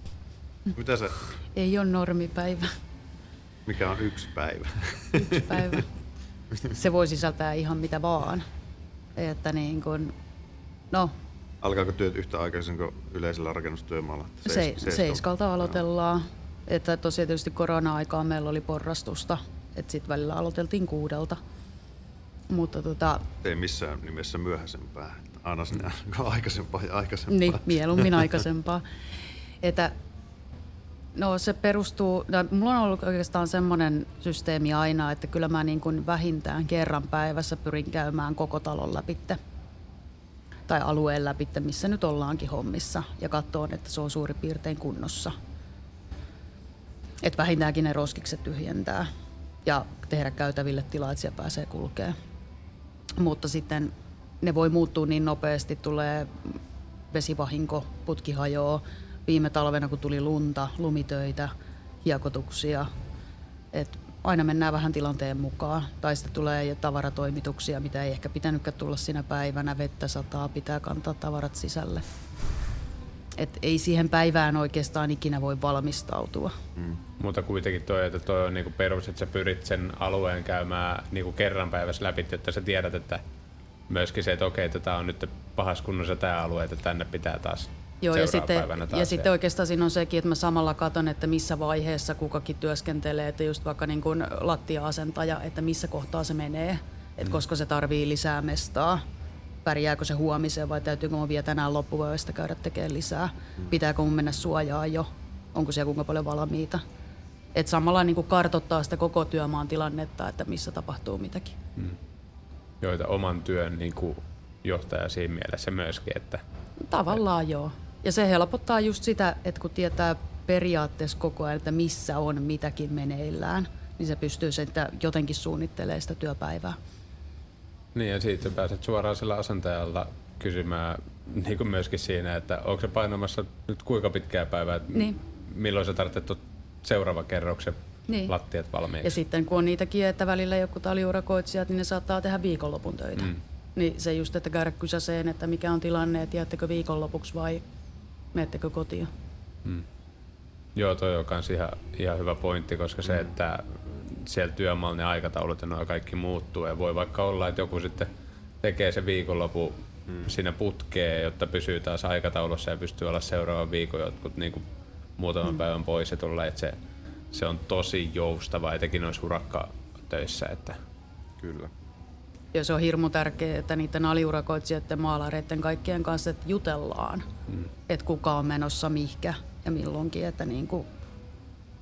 Mitä se... Ei ole normipäivä. Mikä on yksi päivä? Yksi päivä. Se voi sisältää ihan mitä vaan. Että niin kun, no. Alkaako työt yhtä aikaisin kuin yleisellä rakennustyömaalla? Se, seiskalta aloitellaan. No. Että tosiaan tietysti korona-aikaan meillä oli porrastusta. Että sitten välillä aloiteltiin kuudelta. Mutta tota... Ei missään nimessä myöhäisempää. Aina sinne aikaisempaa ja aikaisempaa. Niin, mieluummin aikaisempaa. Että no se perustuu, no, mulla on ollut oikeastaan semmoinen systeemi aina, että kyllä mä niin kuin vähintään kerran päivässä pyrin käymään koko talon läpitte. Tai alueen läpitte, missä nyt ollaankin hommissa. Ja katsoin, että se on suurin piirtein kunnossa. Että vähintäänkin ne roskikset tyhjentää. Ja tehdä käytäville tilaa, että siellä pääsee kulkemaan. Mutta sitten ne voi muuttua niin nopeasti, tulee vesivahinko, putki hajoaa. Viime talvena, kun tuli lunta, lumitöitä, hiekotuksia, et aina mennään vähän tilanteen mukaan. Tai sitten tulee tavaratoimituksia, mitä ei ehkä pitänytkään tulla siinä päivänä. Vettä sataa, pitää kantaa tavarat sisälle. Et ei siihen päivään oikeastaan ikinä voi valmistautua. Mm. Mutta kuitenkin toi, että toi on niinku perus, että sä pyrit sen alueen käymään niinku kerran päivässä läpi, että sä tiedät, että myöskin se, että okei, että tää on nyt pahassa kunnossa tää alue, että tänne pitää taas. Joo, ja sitten, ja sitten oikeastaan siinä on sekin, että mä samalla katson, että missä vaiheessa kukakin työskentelee, että just vaikka niin kuin lattia-asentaja, että missä kohtaa se menee, että mm. koska se tarvii lisää mestaa, pärjääkö se huomiseen vai täytyykö mun vielä tänään loppuvuodesta käydä tekemään lisää, mm. pitääkö mun mennä suojaan jo, onko siellä kuinka paljon valmiita. Että samalla niin kuin kartoittaa sitä koko työmaan tilannetta, että missä tapahtuu mitäkin. Mm. Joita oman työn niin kuin johtaja siinä mielessä myöskin, että... Tavallaan joo. Ja se helpottaa just sitä, että kun tietää periaatteessa koko ajan, että missä on mitäkin meneillään, niin se pystyy sitten jotenkin suunnittelemaan sitä työpäivää. Niin ja siitä pääset suoraan sillä asentajalla kysymään niin kuin myöskin siinä, että onko se painamassa nyt kuinka pitkää päivää, niin. milloin sä tarvitset seuraava kerroksen niin. lattiat valmiiksi. Ja sitten kun on niitäkin, että välillä joku aliurakoitsijat, niin ne saattaa tehdä viikonlopun töitä. Mm. Niin se just, että käydä kysäseen, että mikä on tilanne, että jäättekö viikonlopuksi vai menettekö kotiin. Hmm. Joo, toi on kans ihan, ihan hyvä pointti, koska se, että siellä työmaalla ne aikataulut ja nuo kaikki muuttuu. Ja voi vaikka olla, että joku sitten tekee se viikonlopu hmm. siinä putkeen, jotta pysyy taas aikataulussa ja pystyy olla seuraavan viikon jotkut niin kuin muutaman hmm. päivän pois ja tulla. Että se, se on tosi joustava, etenkin noissa urakkatöissä. Että... Kyllä. Ja se on hirmu tärkeää, että niiden aliurakoitsijoiden, maalareiden kaikkien kanssa että jutellaan, mm. että kuka on menossa mihkä ja milloinkin. Että niin kuin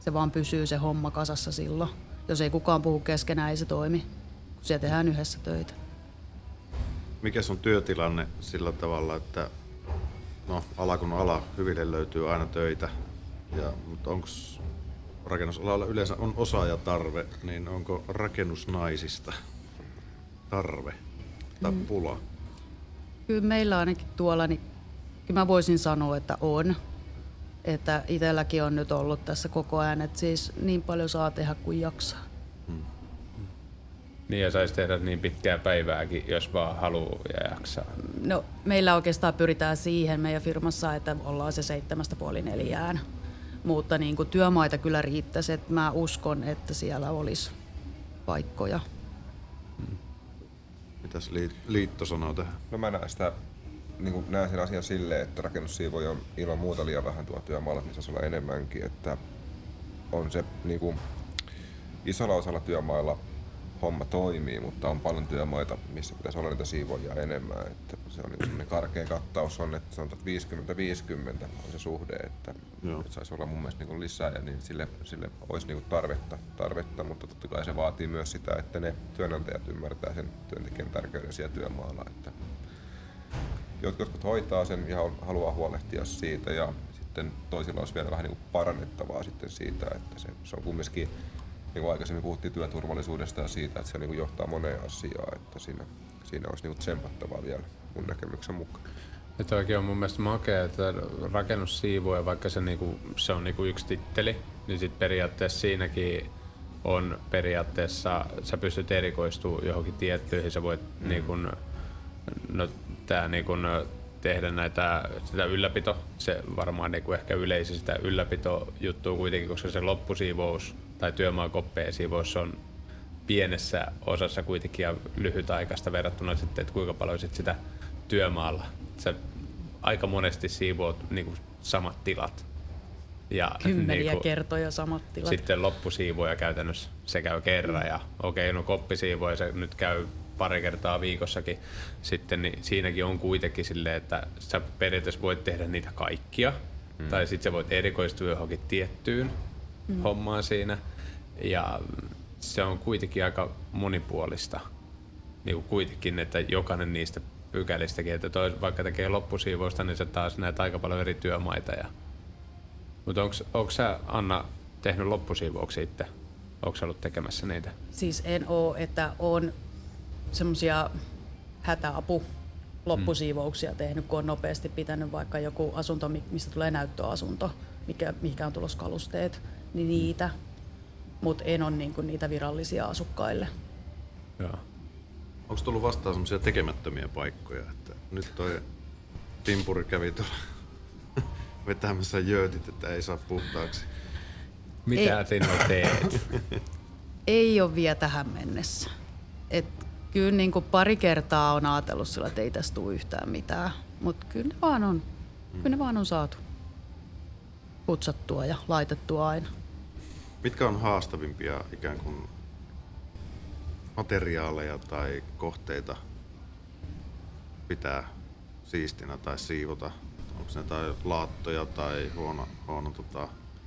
se vaan pysyy se homma kasassa silloin. Jos ei kukaan puhu keskenään, ei se toimi, kun siellä tehdään yhdessä töitä. Mikä on työtilanne sillä tavalla, että no, ala kun ala, hyville löytyy aina töitä, ja, mutta onko rakennusalalla yleensä on osaajatarve, niin onko rakennusnaisista tarve tai pula? Kyllä meillä ainakin tuolla, niin kyllä mä voisin sanoa, että on. Että itselläkin on nyt ollut tässä koko ajan, että siis niin paljon saa tehdä kuin jaksaa. Hmm. Niin ja saisi tehdä niin pitkää päivääkin, jos vaan haluaa ja jaksaa. No meillä oikeastaan pyritään siihen meidän firmassa, että ollaan se seitsemästä puoli neljään. Mutta niin kuin työmaita kyllä riittäisi, että mä uskon, että siellä olisi paikkoja. Hmm. Mitäs liitto sanoo tähän? No mä näen sitä, niin kuin näen sen asian silleen, että rakennussiivoja on ilman muuta liian vähän tuo työmaalla, missä saisi olla enemmänkin. Että on se niin kuin, isolla osalla työmailla homma toimii, mutta on paljon työmaita, missä pitäisi olla niitä siivoja enemmän. Että se on niin karkea kattaus on, että sanotaan, että viisikymmentä viisikymmentä on se suhde, että nyt saisi olla mun mielestä niin lisää ja niin sille, sille olisi niin tarvetta, tarvetta, mutta totta kai se vaatii myös sitä, että ne työnantajat ymmärtää sen työntekijän tärkeyden siellä työmaalla. Että jotkut hoitaa sen ja haluaa huolehtia siitä ja sitten toisilla olisi vielä vähän niin kuin parannettavaa sitten siitä, että se, se on kumminkin, niin kuin aikaisemmin puhuttiin työturvallisuudesta ja siitä, että se niin kuin johtaa moneen asiaan, että siinä, siinä olisi niin kuin tsempattavaa vielä mun näkemyksen mukaan. Ja toikin on mun mielestä makea, että rakennussiivoja, vaikka se, niinku, se on niinku yksi titteli, niin sit periaatteessa siinäkin on periaatteessa, sä pystyt erikoistumaan johonkin tiettyihin, sä voit mm. niinku, no, tää, niinku, tehdä näitä, sitä ylläpito, se varmaan niinku ehkä yleisin sitä ylläpitojuttua kuitenkin, koska se loppusiivous tai työmaakoppejen siivous on pienessä osassa kuitenkin ja lyhytaikaista verrattuna sitten, että kuinka paljon sit sitä työmaalla. Sä aika monesti siivoat niinku samat tilat. Ja Kymmeniä niinku, kertoja samat tilat. Sitten loppusiivoja käytännössä se käy kerran ja okei, okay, no koppisiivoja se nyt käy pari kertaa viikossakin. Sitten niin siinäkin on kuitenkin silleen, että sä periaatteessa voit tehdä niitä kaikkia. Mm. Tai sitten sä voit erikoistua johonkin tiettyyn mm. hommaan siinä. Ja se on kuitenkin aika monipuolista. Niin kuin kuitenkin, että jokainen niistä pykälistäkin, että toi, vaikka tekee loppusiivousta, niin sä taas näet aika paljon eri työmaita. Ja... Mutta onko sä, Anna, tehnyt loppusiivouksia itse? Onko sä ollut tekemässä niitä? Siis en oo, että on semmosia hätäapu loppusiivouksia mm. tehnyt, kun on nopeasti pitänyt vaikka joku asunto, mistä tulee näyttöasunto, mikä, mikä on tulossa kalusteet, niin niitä. Mutta en ole niinku niitä virallisia asukkaille. Joo. Onko tullut vastaan semmoisia tekemättömiä paikkoja, että nyt toi timpuri kävi tuolla vetämässä jöötit, että ei saa puhtaaksi? Mitä sinä teet? Ei ole vielä tähän mennessä. Et kyllä niin kuin pari kertaa on ajatellut sillä, että ei tästä tule yhtään mitään, mutta kyllä ne vaan on, mm. kyllä ne vaan on saatu putsattua ja laitettua aina. Mitkä on haastavimpia ikään kuin materiaaleja tai kohteita pitää siistinä tai siivota? Onko ne tai laattoja tai huono, huono, tota,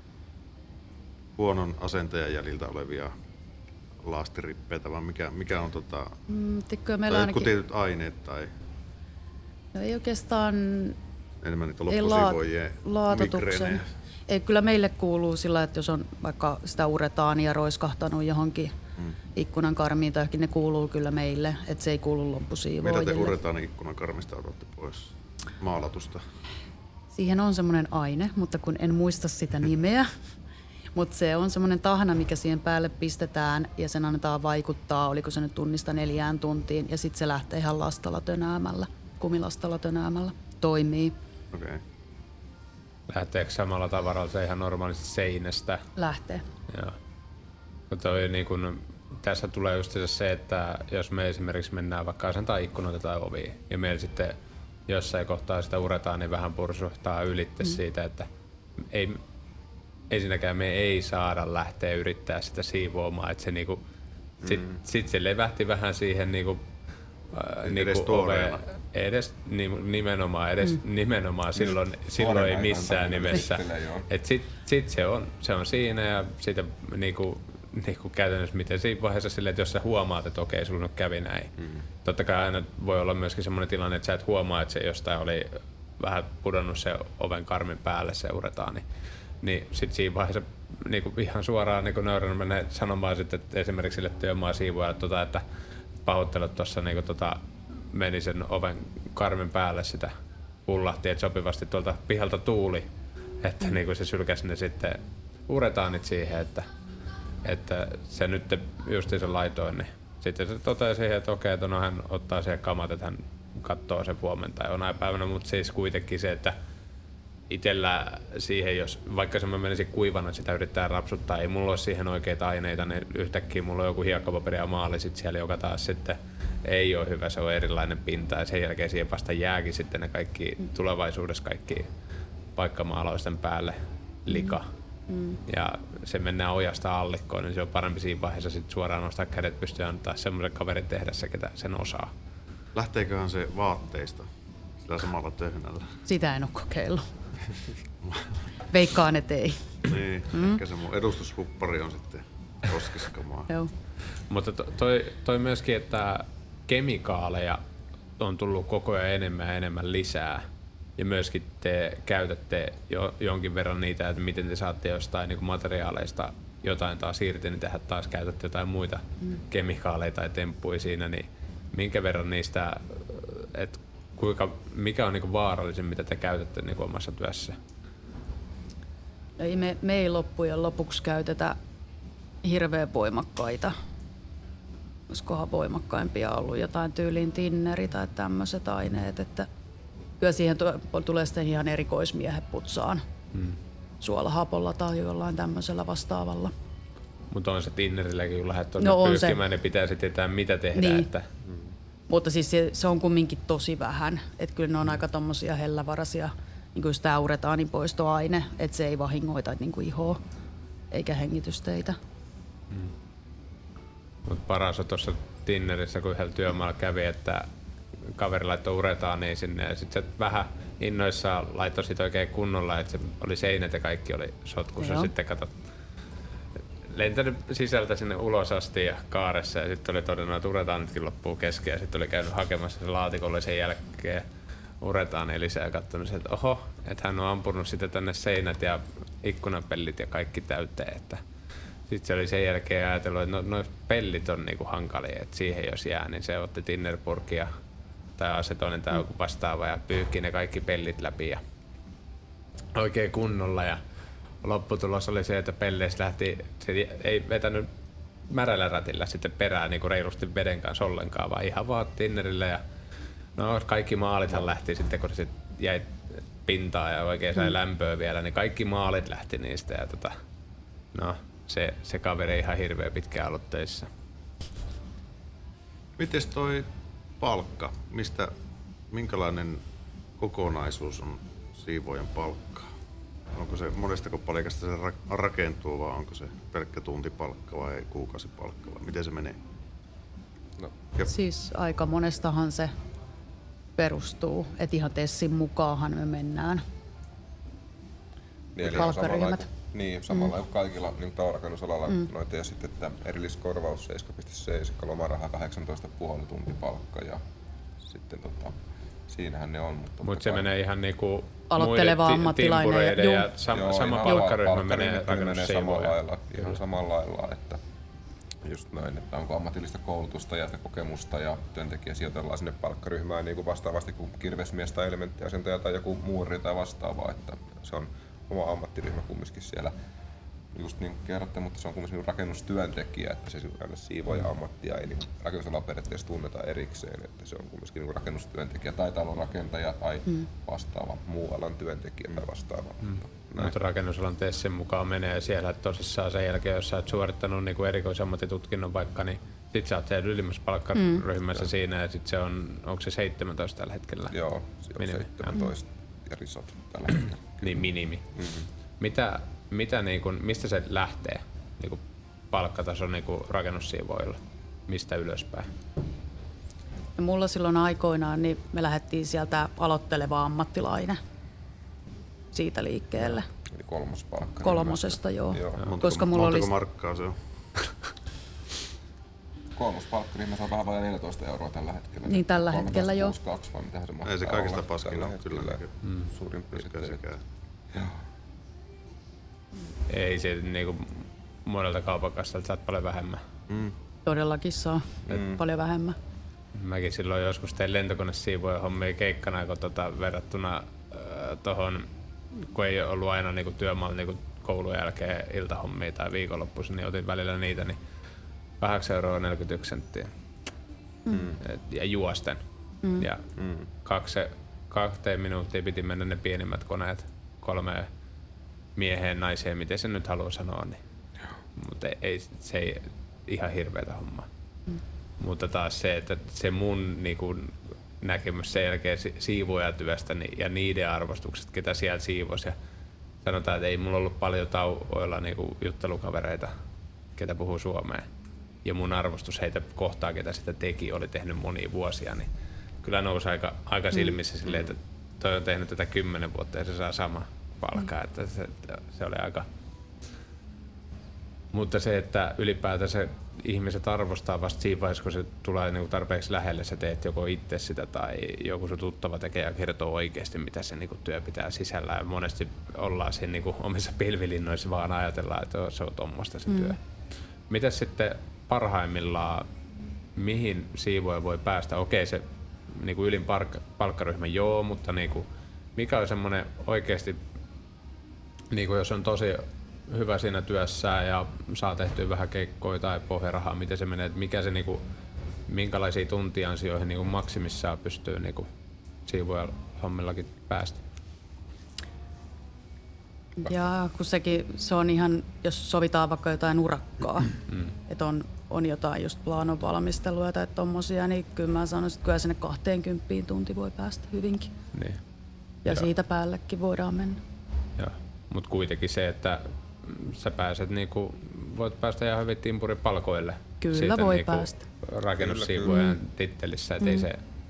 huonon asentajan jäljiltä olevia laastirippeitä, vai mikä, mikä on tota, mm, tai meillä jotkut tietyt aineet tai no ei oikeastaan enemmän niitä loppusiivoijia laatotuksen. Ei, kyllä meille kuuluu sillä, että jos on vaikka sitä uretaania roiskahtanut johonkin hmm. ikkunan karmiin tai johonkin, ne kuuluu kyllä meille, että se ei kuulu loppusiivoojille. Mitä te uretaanin ikkunan karmista otatte pois? Maalatusta? Siihen on semmoinen aine, mutta kun en muista sitä nimeä. Mutta se on semmoinen tahna, mikä siihen päälle pistetään ja sen annetaan vaikuttaa, oliko se nyt tunnista neljään tuntiin. Ja sitten se lähtee ihan lastalla tönäämällä, kumilastalla tönäämällä. Toimii. Okei. Okay. Lähteekö samalla tavalla se ihan normaalisti seinästä? Lähtee. Joo. Toi, niin kun, tässä tulee just se, että jos me esimerkiksi mennään vaikka asentaa ikkunoita tai ovia ja meillä sitten jossain kohtaa sitä uretaan, niin vähän pursuhtaa ylitte mm. siitä, että ei... Ensinnäkään me ei saada lähteä yrittää sitä siivoamaan, että se niinku, mm. sit, sit se levähti vähän siihen niinku, äh, niinku oveen. edes nimenomaan, edes mm. nimenomaan silloin, mm. silloin ei missään nimessä. Et sit, sit se, on, se on siinä ja siitä niinku, niinku käytännössä miten siinä vaiheessa silleen, että jos sä huomaat, että okei, sulla nyt kävi näin. Mm. Totta kai aina voi olla myöskin semmoinen tilanne, että sä et huomaa, että se jostain oli vähän pudonnut se oven karmin päälle, se uretaan, niin, niin sit siinä vaiheessa niinku ihan suoraan niinku nöyränä menee sanomaan sitten, että esimerkiksi sille työmaa siivoajalle, tota, että pahoittelut tuossa niinku tota, meni sen oven karmin päälle sitä pullahti, että sopivasti tuolta pihalta tuuli, että niinku se sylkäsi ne sitten uretaanit siihen, että, että se nyt justiin se laitoin, niin sitten se totesi siihen, että okei, että no hän ottaa siihen kamat, että hän katsoo sen huomenta ja jonain päivänä, mutta siis kuitenkin se, että itsellä siihen, jos vaikka se mä menisin kuivana, sitä yrittää rapsuttaa, ei mulla ole siihen oikeita aineita, niin yhtäkkiä mulla on joku hiekkapaperi ja maali sit siellä, joka taas sitten ei ole hyvä, se on erilainen pinta ja sen jälkeen siihen vasta jääkin sitten ne kaikki tulevaisuudessa kaikki paikkamaalaisten päälle lika. Mm. Ja se mennään ojasta allikkoon, niin se on parempi siinä vaiheessa sit suoraan nostaa kädet pystyyn ja antaa semmoisen kaverin tehdä se, ketä sen osaa. Lähteeköhän se vaatteista sillä samalla töhnällä? Sitä en ole kokeillut. Veikkaan, et ei. Niin, mm. ehkä se mun edustushuppari on sitten koskiskamaa. Joo. Mutta to, toi, toi myöskin, että kemikaaleja on tullut koko ajan enemmän ja enemmän lisää. Ja myöskin te käytätte jo, jonkin verran niitä, että miten te saatte jostain niin kuin materiaaleista jotain taas irti, niin tehdä taas käytätte jotain muita mm. kemikaaleja tai temppuja siinä. Niin minkä verran niistä, että kuinka, mikä on niin kuin vaarallisin, mitä te käytätte niin kuin omassa työssä? Ei me, me ei loppujen lopuksi käytetä hirveän voimakkaita. Olisikohan voimakkaimpia ollut jotain tyyliin tinneri tai tämmöiset aineet, että kyllä siihen tulee sitten ihan erikoismiehet putsaan hmm. suolahapolla tai jollain tämmöisellä vastaavalla. Mutta on se tinnerilläkin, kun lähdet tuonne no pyyhkimään, niin pitää sitten tietää mitä tehdä. Niin. Että... Hmm. Mutta siis se, se on kumminkin tosi vähän, että kyllä ne on aika tommosia hellävaraisia, niin kuin sitä uretaanin poistoaine, että se ei vahingoita niin kuin ihoa eikä hengitysteitä. Hmm. Mutta paras on tuossa Tinnerissä, kun yhdellä työmaalla kävi, että kaveri laittoi uretaaniin sinne ja sitten se vähän innoissaan laittoi sit oikein kunnolla, että se oli seinät ja kaikki oli sotkussa. Joo. Sitten katsot, lentänyt sisältä sinne ulos asti ja kaaressa ja sitten oli todennut, että uretaanitkin loppuu kesken ja sitten oli käynyt hakemassa se laatikolle sen jälkeen uretaaniin lisää ja katsonut, että oho, että hän on ampunut sitten tänne seinät ja ikkunapellit ja kaikki täyteen. Että sitten se oli sen jälkeen ajatellut, että no, no pellit on niinku hankalia, että siihen jos jää, niin se otti tinnerpurkia tai asetonin tai joku vastaava ja pyyhki ne kaikki pellit läpi ja oikein kunnolla. Ja lopputulos oli se, että pelleistä lähti, se ei vetänyt märällä rätillä sitten perään niinku reilusti veden kanssa ollenkaan, vaan ihan vaan tinnerillä. Ja no kaikki maalithan lähti sitten, kun se jäi pintaan ja oikein sai lämpöä vielä, niin kaikki maalit lähti niistä. Ja tota, no, Se, se kaveri ei ihan hirveän pitkään ollut töissä. Mites toi palkka? Mistä, minkälainen kokonaisuus on siivoojan palkkaa? Onko se monestako palikasta se rakentuu vai onko se pelkkä tuntipalkka vai kuukausipalkka vai miten se menee? No. Siis aika monestahan se perustuu, että ihan Tessin mukaanhan me mennään. Niin, palkkaryhmät. Niin, samalla mm. kaikilla niin talonrakennusalalla mm. noita ja sitten että erilliskorvaus seitsemän pilkku seitsemän, lomaraha kahdeksantoista pilkku viisi tuntipalkka ja sitten tota, siinähän ne on. Mutta Mut se kai menee ihan niinku aloitteleva ammattilainen ja, ja sam, joo, sama palkkaryhmä menee rakennussiivoojalle. Ihan Kyllä. samalla lailla, että just näin, että onko ammatillista koulutusta ja kokemusta ja työntekijä sijoitellaan sinne palkkaryhmään niin kuin vastaavasti kuin kirvesmies tai elementtiasentaja tai joku muuri tai vastaava, että se on oma ammattiryhmä kumminkin siellä, just niin kuin kerrotte, mutta se on kumminkin rakennustyöntekijä, että se aina siivoja ammattia ei niin rakennusalan periaatteessa tunneta erikseen, että se on kumminkin niin rakennustyöntekijä tai talonrakentaja tai mm. vastaava muu alan työntekijä tai vastaava. Mm. Mutta rakennusalan Tessin mukaan menee siellä, että tosissaan sen jälkeen, jos sä oot suorittanut niin kuin erikoisammattitutkinnon vaikka, niin sit sä oot siellä ylimmässä palkkaryhmässä mm. siinä ja sit se on, onko se seitsemäntoista tällä hetkellä? Joo, se on minimi. seitsemäntoista ja risat tällä hetkellä. Niin minimi. Mm-hmm. Mitä, mitä niin kun, mistä se lähtee niin kun palkkataso niin kun rakennussiivoilla? Mistä ylöspäin? Ja mulla silloin aikoinaan niin me lähdettiin sieltä aloitteleva ammattilainen siitä liikkeelle. Eli kolmos palkka. Kolmosesta, joo. joo. Montako, Koska mulla montako oli... markkaa se on? Kolmos palkka, niin mä saan vähän vajaa neljätoista euroa tällä hetkellä. Niin tällä hetkellä joo. kaksi vai mitähän se mahtaa Ei se kaikista olla paskin ole kyllä. Mm. Suurin piirtein. Ei se niinku monelta kaupakassalta saat paljon vähemmän. Mm. Todellakin saa mm. paljon vähemmän. Mäkin silloin joskus tein lentokonesiivoja hommia keikkana, kun tota, verrattuna äh, tohon, kun ei ollut aina niinku työmaalla niinku koulun jälkeen iltahommia tai viikonloppuisin, niin otin välillä niitä, niin kahdeksan euroa neljäkymmentäyksi senttiä. Mm. Et, ja juosten. Mm. Ja mm. kaksi, kahteen minuuttia piti mennä ne pienimmät koneet kolmeen mieheen, naiseen, miten se nyt haluaa sanoa. Niin. Mutta ei, se ei ihan hirveätä hommaa. Mm. Mutta taas se, että se mun niinku, näkemys sen jälkeen siivoojatyöstä niin, ja niiden arvostuksesta, ketä siellä siivosi. Ja sanotaan, että ei mulla ollut paljon tauoilla niinku, juttelukavereita, ketä puhuu suomea. Ja mun arvostus heitä kohtaa, ketä sitä teki, oli tehnyt monia vuosia. Niin kyllä nousi aika, aika silmissä mm. silleen, että toi on tehnyt tätä kymmenen vuotta ja se saa sama palkkaa. Mm. Että se, se oli aika... Mutta se, että ylipäätänsä ihmiset arvostaa vasta siinä vaiheessa, kun se tulee niinku tarpeeksi lähelle, sä teet joko itse sitä tai joku sun tuttava tekee ja kertoo oikeasti, mitä se niinku työ pitää sisällä. Ja monesti ollaan siinä niinku omissa pilvilinnoissa vaan ajatellaan, että se on tommoista se mm. työ. Mitäs sitten parhaimmillaan, mihin siivooja voi päästä? Okei, se niinku ylin palk- palkkaryhmä joo, mutta niinku, mikä on semmoinen oikeasti, niinku jos on tosi hyvä siinä työssään ja saa tehtyä vähän keikkoja tai pohjarahaa, miten se menee, että mikä se niinku, minkälaisiin tuntiansioihin niinku maksimissaan pystyy niinku siivoojan hommillakin päästä? Ja kun sekin, se on ihan, jos sovitaan vaikka jotain urakkaa, mm. että on, on jotain just plaanon valmistelua tai tommosia, niin kyllä mä sanoisin, että kyllä sinne kahteenkymppiin tunti voi päästä hyvinkin. Niin. Ja Joo. siitä päällekin voidaan mennä. Joo, mutta kuitenkin se, että sä pääset niinku, voit päästä ihan hyvin timpuripalkoille. Kyllä siitä voi niinku päästä. Rakennussiivoojan tittelissä, et mm. ei se,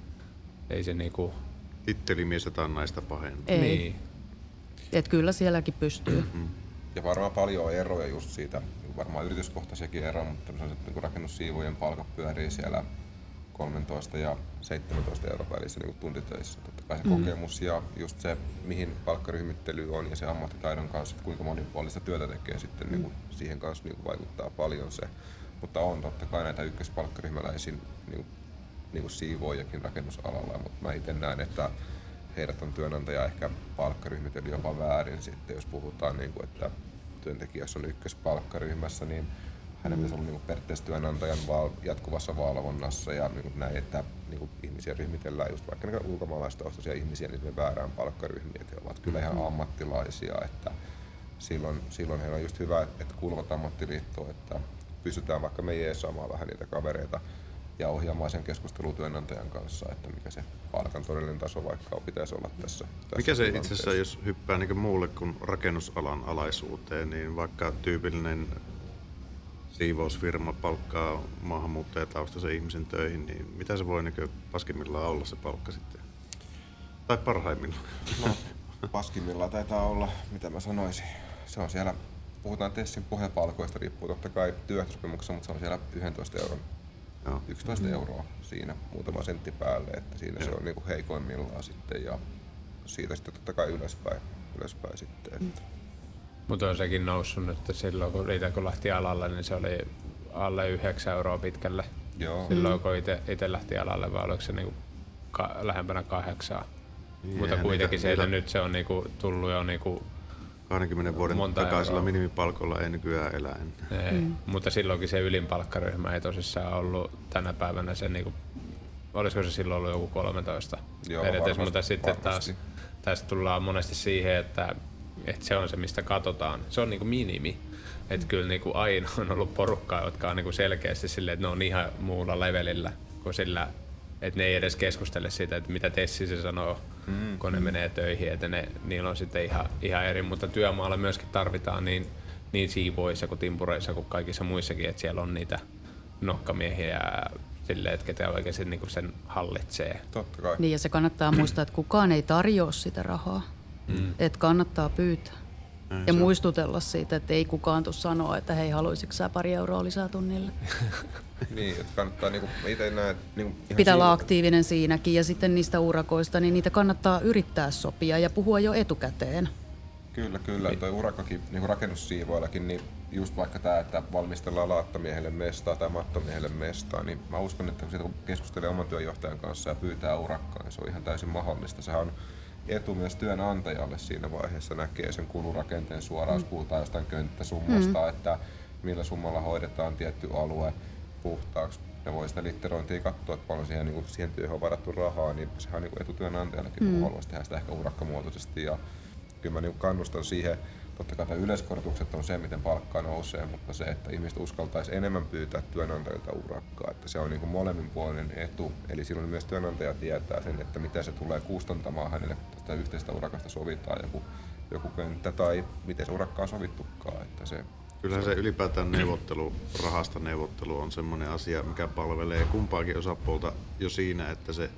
ei se niinku... Tittelimies jotain naista pahemmin. Ei. Niin. Et kyllä sielläkin pystyy. Mm-hmm. Ja varmaan paljon eroja just siitä, varmaan yrityskohtaisiakin eroja, mutta niin rakennussiivojen palkat pyörii siellä kolmetoista ja seitsemäntoista euron välissä niin tuntitöissä. Totta kai se mm. kokemus ja just se, mihin palkkaryhmittely on ja se ammattitaidon kanssa, että kuinka monipuolista työtä tekee sitten, mm. niin kuin, siihen kanssa niin kuin vaikuttaa paljon se. Mutta on totta kai näitä ykköspalkkaryhmäläisiä niin niin kuin siivoojakin rakennusalalla, mutta mä itse näen, että heidät on työnantaja ehkä palkkaryhmitellyt jopa väärin sitten, jos puhutaan, niin kuin, että työntekijässä on ykköspalkkaryhmässä, niin hänen pitäisi olla niin kuin periaatteessa työnantajan val- jatkuvassa valvonnassa ja niin kuin näin, että niin kuin ihmisiä ryhmitellään just vaikka niin ulkomaalaistaustaisia ihmisiä niin väärään palkkaryhmiin, että he ovat kyllä ihan ammattilaisia, että silloin, silloin heillä on just hyvä, että kuuluvat ammattiliittoon, että pystytään vaikka me jeesaamaan vähän niitä kavereita ja ohjaamaan sen keskustelun työnantajan kanssa, että mikä se palkan todellinen taso vaikka pitäisi olla tässä. tässä mikä se itse asiassa, jos hyppää niin muulle kuin rakennusalan alaisuuteen, niin vaikka tyypillinen siivousfirma palkkaa maahanmuuttajataustaisen ihmisen töihin, niin mitä se voi niin paskimmillaan olla se palkka sitten? Tai parhaimmillaan? No, paskimmillaan taitaa olla, mitä mä sanoisin. Se on siellä, puhutaan Tessin pohjapalkoista, riippuu totta kai työehtosopimuksessa, mutta se on siellä yksitoista euron. Joo. yksitoista euroa siinä, muutama sentti päälle, että siinä Joo. se on niinku heikoimmillaan sitten ja siitä sitten totta kai ylöspäin, ylöspäin sitten. Että. Mutta on sekin noussut nyt, että silloin kun itse kun lähti alalle, niin se oli alle yhdeksän euroa pitkälle. Joo. Silloin kun itse lähti alalle, vai oliko se niinku ka- lähempänä kahdeksaa. Niin, mutta kuitenkin se, että nyt se on niinku tullut jo niinku kahdenkymmenen vuoden takaisella minimipalkolla ei nykyään elä enää. Ei, mm. Mutta silloinkin se ylin palkkaryhmä ei tosissaan ollut tänä päivänä se niinku, olisiko se silloin ollut joku kolmetoista Joo, edetes, varmasti, mutta sitten varmasti. taas tästä tullaan monesti siihen, että, että se on se mistä katsotaan. Se on niinku minimi. Että kyllä niinku aina on ollut porukkaa, jotka on niinku selkeästi silleen, että ne on ihan muulla levelillä kuin sillä, että ne ei edes keskustele siitä, että mitä Tessi se sanoo, mm. kun ne menee töihin, että ne, niillä on sitten ihan, ihan eri, mutta työmaalla myöskin tarvitaan niin, niin siivoissa kuin timpureissa kuin kaikissa muissakin, että siellä on niitä nokkamiehiä ja silleen, että ketä oikeasti niinku sen hallitsee. Totta kai. Niin ja se kannattaa muistaa, että kukaan ei tarjoa sitä rahaa. Mm. Että kannattaa pyytää. Näin Ja se on. muistutella siitä, että ei kukaan tule sanoa, että hei, haluaisitko sä pari euroa lisää tunnille. Niin, että kannattaa niinku, mä ite näen, niinku ihan Pitää olla siinä- aktiivinen siinäkin ja sitten niistä urakoista, niin niitä kannattaa yrittää sopia ja puhua jo etukäteen. Kyllä, kyllä. Toi urakkakin, niin rakennussiivoillakin, niin just vaikka tämä, että valmistellaan laattamiehelle mestaa tai mattomiehelle mestaa, niin mä uskon, että kun siitä keskustelee oman työjohtajan kanssa ja pyytää urakkaa, niin se on ihan täysin mahdollista. Sehän on etu myös työnantajalle siinä vaiheessa, näkee sen kulurakenteen suoraan, jos puhutaan jostain könttäsummasta, mm. että millä summalla hoidetaan tietty alue puhtaaksi. Ne voi sitä litterointia katsoa, että paljon siihen, niin kuin, siihen työhön on varattu rahaa, niin sehän on niin kuin etu työnantajallekin, mm. kun haluaisi tehdä sitä ehkä urakkamuotoisesti. Ja kyllä mä niin kannustan siihen, totta kai yleiskorotukset on se, miten palkkaa nousee, mutta se, että ihmiset uskaltaisi enemmän pyytää työnantajilta urakkaa, että se on niin kuin molemminpuolinen etu. Eli silloin myös työnantaja tietää sen, että mitä se tulee kustantamaan hänelle, tästä yhteistä urakasta sovitaan joku, joku kenttä tai miten se urakka on sovittukaan. Että se, Kyllähän se ylipäätään neuvottelu, rahasta neuvottelu on semmoinen asia, mikä palvelee kumpaakin osapuolta jo siinä, että se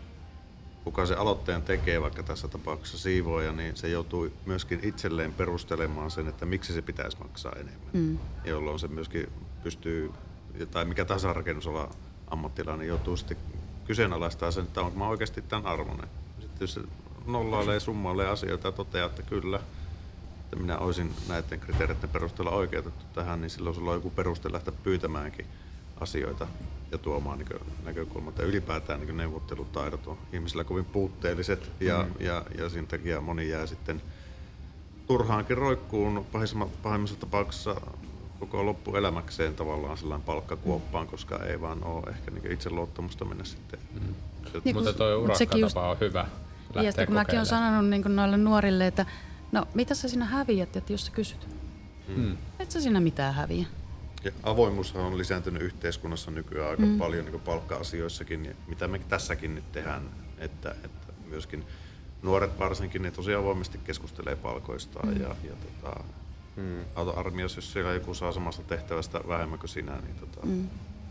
kuka se aloitteen tekee, vaikka tässä tapauksessa siivooja, niin se joutuu myöskin itselleen perustelemaan sen, että miksi se pitäisi maksaa enemmän. Mm. Jolloin se myöskin pystyy, tai mikä tahansa rakennusala ammattilainen joutuu sitten kyseenalaistamaan sen, että onko mä oikeasti tämän arvoinen. Sitten jos se nollailee, summailee asioita ja toteaa, että kyllä, että minä olisin näiden kriteereiden perusteella oikeutettu tähän, niin silloin sulla on joku peruste lähteä pyytämäänkin asioita ja tuomaan niin näkökulmat. Ja ylipäätään niin neuvottelutaidot on ihmisillä kovin puutteelliset ja, mm. ja, ja sen takia moni jää sitten turhaankin roikkuun pahimmassa tapauksessa koko loppuelämäkseen tavallaan sellainen palkkakuoppaan, koska ei vaan ole ehkä niin itse luottamusta mennä sitten. Mm. Niin, mutta tuo urakkatapa just on hyvä lähteä ja kun mäkin olen sanonut niin noille nuorille, että no mitä sä siinä häviät, että jos sä kysyt? Mm. Et sä siinä mitään häviä. Ja avoimuus on lisääntynyt yhteiskunnassa nykyään aika mm. paljon niin palkka-asioissakin, mitä me tässäkin nyt tehdään, että, että myöskin nuoret varsinkin ne tosi avoimesti keskustelee palkoistaan mm. ja, ja tota, mm. auto-armias, jos siellä joku saa samasta tehtävästä vähemmän kuin sinä, niin tota... Mm.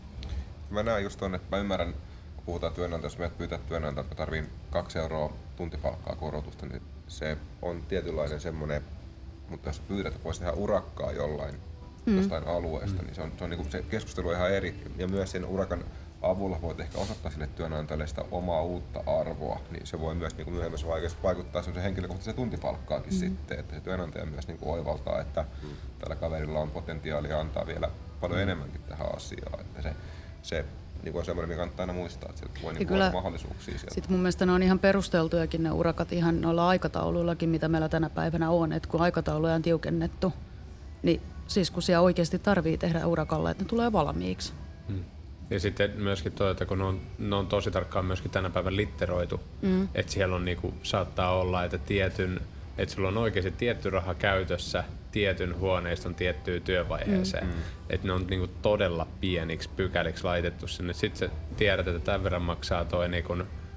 Mä näen just ton, että mä ymmärrän, kun puhutaan työnantajasta, jos meidät pyytää työnantajalta, että tarviin kaksi euroa tuntipalkkaa korotusta, niin se on tietynlainen semmoinen, mutta jos pyydät, että voisi tehdä urakkaa jollain, Mm. jostain alueesta, mm. niin se, on, se, on, niin se keskustelu on ihan eri. Ja myös sen urakan avulla voit ehkä osoittaa sille työnantajalle sitä omaa uutta arvoa, niin se voi myös niin myöhemmässä vaiheessa vaikuttaa semmoisen henkilökohtaisen tuntipalkkaakin mm. sitten, että se työnantaja myös niin oivaltaa, että mm. tällä kaverilla on potentiaalia antaa vielä paljon mm. enemmänkin tähän asiaan. Että se, se niin on semmoinen, mikä kannattaa aina muistaa, että se voi niin olla mahdollisuuksia sieltä. Sitten mun mielestä ne on ihan perusteltujakin ne urakat ihan noilla aikatauluillakin, mitä meillä tänä päivänä on, että kun aikatauluja on tiukennettu, niin siis kun siellä oikeasti tarvii tehdä urakalla, että ne tulee valmiiksi. Hmm. Ja sitten myöskin tuo, että kun ne on, ne on tosi tarkkaan myöskin tänä päivänä litteroitu, mm. että siellä on niinku, saattaa olla, että tietyn, että sulla on oikeasti tietty raha käytössä tietyn huoneiston tiettyyn työvaiheeseen. Mm. Että ne on niinku todella pieniksi pykäliksi laitettu sinne. Sitten sä tiedät, että tämän verran maksaa toi niinku,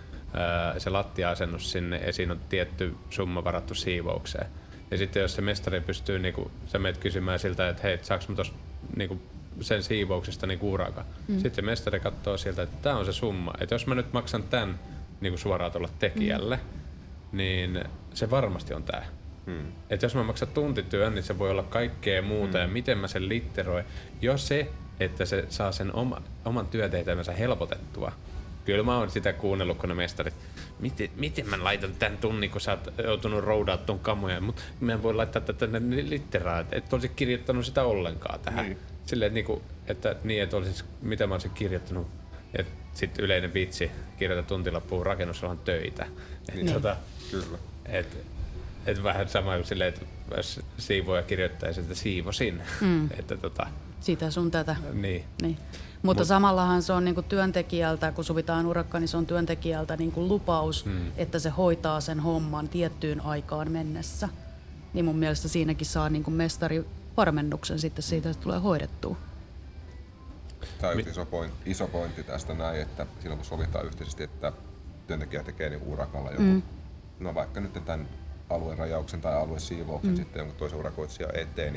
ää, se lattia-asennus sinne ja siinä on tietty summa varattu siivoukseen. Ja sitten jos se mestari pystyy, niinku, sä menet kysymään siltä, että hei, saaks mä tos niinku, sen siivouksesta niinku urakan. Mm. Sitten se mestari katsoo sieltä, että tää on se summa. Että jos mä nyt maksan tän niinku suoraan tuolle tekijälle, mm. niin se varmasti on tää. Mm. Että jos mä maksan tuntityön, niin se voi olla kaikkea muuta mm. ja miten mä sen litteroin. Jos se, että se saa sen oma, oman työtehtävänsä helpotettua. Kyllä mä oon sitä kuunnellut, kun ne mestarit, miten, miten mä laitan tän tunnin, kun sä oot joutunut roudaa ton kamoja, mutta mä en voi laittaa tätä litteraa, et olisi kirjoittanut sitä ollenkaan tähän. Niin. Silleen, että niin, että olisin, mitä mä olisin kirjoittanut, että sitten yleinen vitsi, kirjoita tuntilappuun rakennusalan töitä. Niin. Et, tota, Kyllä. Et, et vähän sama silleen, että jos siivoja kirjoittaisi, että siivosin. Mm. Että, tota, sitä sun tätä. Niin. niin. Mutta Mut. samallahan se on niinku työntekijältä, kun sovitaan urakka, niin se on työntekijältä niinku lupaus, hmm. että se hoitaa sen homman tiettyyn aikaan mennessä. Niin mun mielestä siinäkin saa niinku mestari varmennuksen sitten siitä, että tulee hoidettua. Tämä on iso pointti, iso pointti tästä näin, että silloin kun sovitaan yhteisesti, että työntekijä tekee niinku urakalla joku, mm. no vaikka nyt tämän alueen rajauksen tai alueen siivouksen mm. sitten jonkun toisen urakoitsijan eteen, niin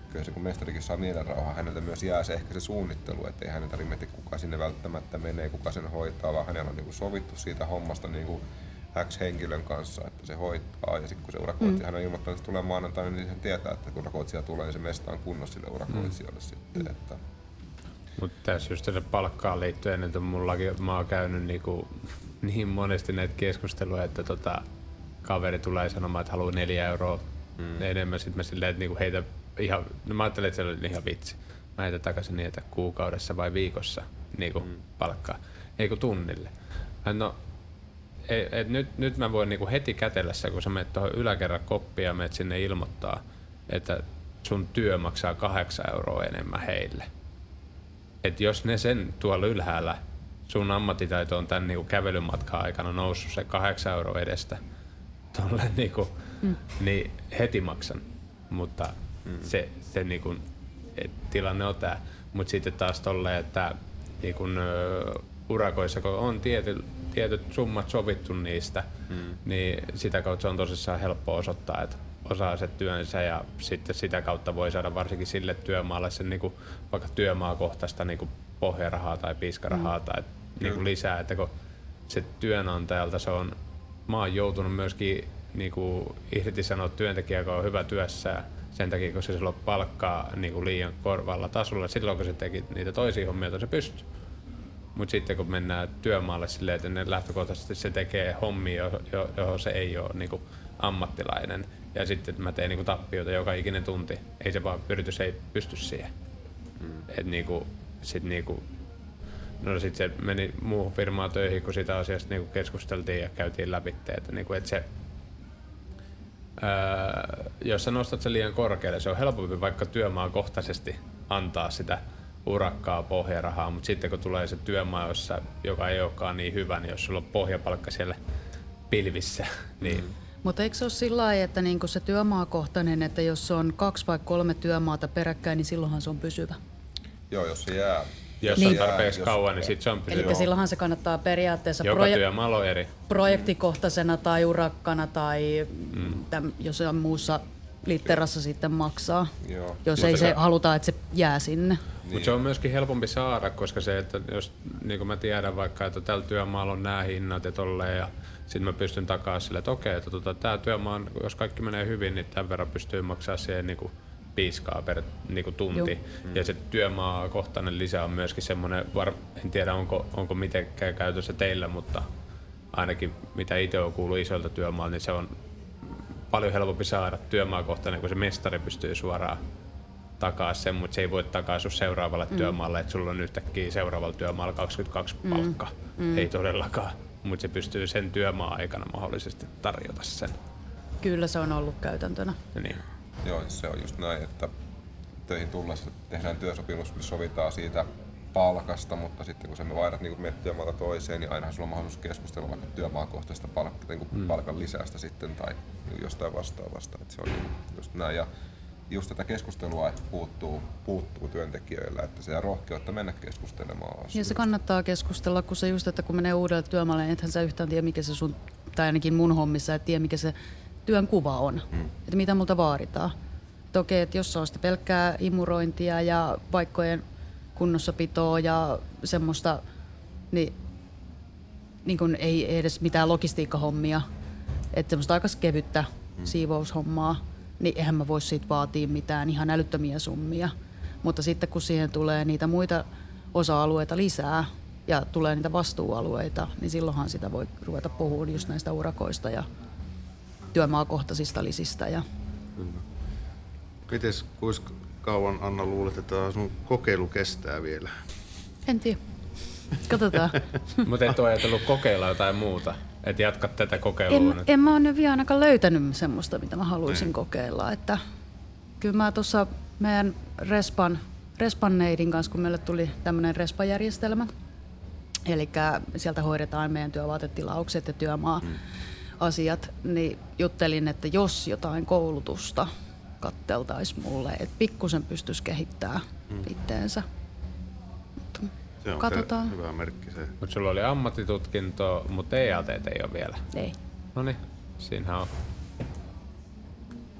kyllä se kun mestarikin saa mielenrauhaa, häneltä myös jää se ehkä se suunnittelu, ettei hänen tarvitse miettiä kuka sinne välttämättä menee, kuka sen hoitaa, vaan hänellä on niinku sovittu siitä hommasta niinku X henkilön kanssa, että se hoitaa ja sitten kun se urakoitsija, mm. hän on ilmoittanut, että se tulee maanantaina, niin hän tietää, että kun urakoitsija tulee, niin se mesta on kunnossa sille urakoitsijalle mm. sitten. Että mutta tässä just se palkkaan liittyen, että mullakin mä oon käynyt niinku niin monesti näitä keskusteluja, että tota, kaveri tulee sanomaan, että haluaa neljä euroa mm. enemmän. Sitten mä silleen, että niinku heitä ihan, no mä ajattelin, että se oli ihan vitsi. Mä heitän takaisin niin, että kuukaudessa vai viikossa niinku mm. palkkaa, ei kun tunnille. No, et, et nyt, nyt mä voin niinku heti kätellessä, kun sä menet tuohon yläkerran koppiin ja menet sinne ilmoittaa, että sun työ maksaa kahdeksan euroa enemmän heille. Et jos ne sen tuolla ylhäällä, sun ammattitaito on tämän niinku kävelymatkan aikana noussut se kahdeksan euroa edestä, tolle niinku, mm. niin heti maksan. Mutta mm. se, se niinku, et tilanne on tää. Mut sitten taas tolleen, että niinku, urakoissa kun on tietyt, tietyt summat sovittu niistä, mm. niin sitä kautta se on tosissaan helppo osoittaa, että osaa se työnsä ja sitten sitä kautta voi saada varsinkin sille työmaalle sen niinku, vaikka työmaakohtaista niinku, pohjarahaa tai piiskarahaa mm. tai niinku, lisää, että kun se työnantajalta se on, mä oon joutunut myöskin niinku, irtisanoa työntekijä, joka on hyvä työssä sen takia, kun se silloin palkkaa niinku, liian korvalla tasolla silloin, kun se teki niitä toisia hommia, joita se pystyy. Mutta sitten kun mennään työmaalle silleen, että ne lähtökohtaisesti se tekee hommia, johon se ei ole niinku, ammattilainen. Ja sitten mä teen niinku tappioita joka ikinen tunti. Ei se vaan, yritys ei pysty siihen. Mm. Et niinku, sit niinku, no sit se meni muuhun firmaan töihin, kun sitä asiasta niinku keskusteltiin ja käytiin läpi. Että niinku, et se, ää, jos sä nostat sen liian korkealle, se on helpompi vaikka työmaakohtaisesti antaa sitä urakkaa, pohjarahaa, mutta sitten kun tulee se työmaa, jossa, joka ei olekaan niin hyvä, niin jos sulla on pohjapalkka siellä pilvissä, niin mm. Mutta eikö se ole sillä lailla, että niinku se työmaakohtainen, että jos on kaksi vai kolme työmaata peräkkäin, niin silloinhan se on pysyvä? Joo, jos se jää. Jos niin. on tarpeeksi kauan, niin sitten se on pysyvä. Eli silloinhan se kannattaa periaatteessa joka proje- työmaalla on eri. projektikohtaisena tai urakkana tai mm. täm, jos on muussa litterassa sitten maksaa, Joo. jos Mutta ei se, se haluta, että se jää sinne. Niin. Mutta se on myöskin helpompi saada, koska se, että jos niin kuin mä tiedän vaikka, että tällä työmaalla on nämä hinnat ja tolleen, ja sitten mä pystyn takaa sille, että okei, että tota, tämä työmaa, jos kaikki menee hyvin, niin tämän verran pystyy maksaa siihen niin kuin piiskaa per niin kuin tunti. Mm. Ja se työmaakohtainen lisä on myöskin semmoinen, var, en tiedä onko, onko mitenkään käytössä teillä, mutta ainakin mitä itse on kuullut isolta työmaalta, niin se on paljon helpompi saada työmaakohtainen, kun se mestari pystyy suoraan takaa sen, mutta se ei voi takaa sun seuraavalle mm. työmaalle, että sulla on yhtäkkiä seuraavalla työmaalla kaksikymmentäkaksi mm. palkka. Mm. Ei todellakaan, mutta se pystyy sen työmaan aikana mahdollisesti tarjota sen. Kyllä se on ollut käytäntönä. Ja niin. Joo, se on just näin, että töihin tullessa tehdään työsopimus, missä sovitaan siitä palkasta, mutta sitten kun sä me vaihdat niin menet työmaalta toiseen, niin ainahan sulla on mahdollisuus keskustella vaikka työmaakohtaista palk- niin mm. palkan lisästä sitten tai jostain vastaavasta. Että se on just näin. Ja just tätä keskustelua puuttuu, puuttuu työntekijöillä, että se rohkeutta mennä keskustelemaan asioista. Ja se kannattaa keskustella, kun se just, että kun menee uudelle työmaalle, niin ethän sä yhtään tiedä, mikä se sun, tai ainakin mun hommissa, et tiedä, mikä se työn kuva on, hmm. että mitä multa vaaditaan. Että okei, että jos on sitä pelkkää imurointia ja paikkojen kunnossapitoa ja semmoista, niin, niin kun ei edes mitään logistiikkahommia, että semmoista aika kevyttä hmm. siivoushommaa, niin eihän mä vois siitä vaatia mitään ihan älyttömiä summia. Mutta sitten kun siihen tulee niitä muita osa-alueita lisää ja tulee niitä vastuualueita, niin silloinhan sitä voi ruveta puhumaan just näistä urakoista ja työmaakohtaisista lisistä. Ja mites kuinka kauan, Anna, luulet, että tämä sun kokeilu kestää vielä? En tiedä. Katsotaan. Mutta et ole ajatellut kokeilla jotain muuta? Et jatkat tätä kokeilua? En, en mä ole nyt vielä ainakaan löytänyt semmoista, mitä mä haluaisin Näin. kokeilla. Että kyllä mä tuossa meidän respan, respan neidin kanssa, kun meille tuli tämmöinen respajärjestelmä, eli sieltä hoidetaan meidän työvaatetilaukset ja työmaa hmm. asiat, niin juttelin, että jos jotain koulutusta katteltaisiin mulle, että pikkusen pystyisi kehittämään hmm. itteensä. Mutta se on katsotaan. Hyvä merkki se. Mutta sulla oli ammattitutkinto, mutta E A T ei ole vielä. Ei. Noniin, siinähän on.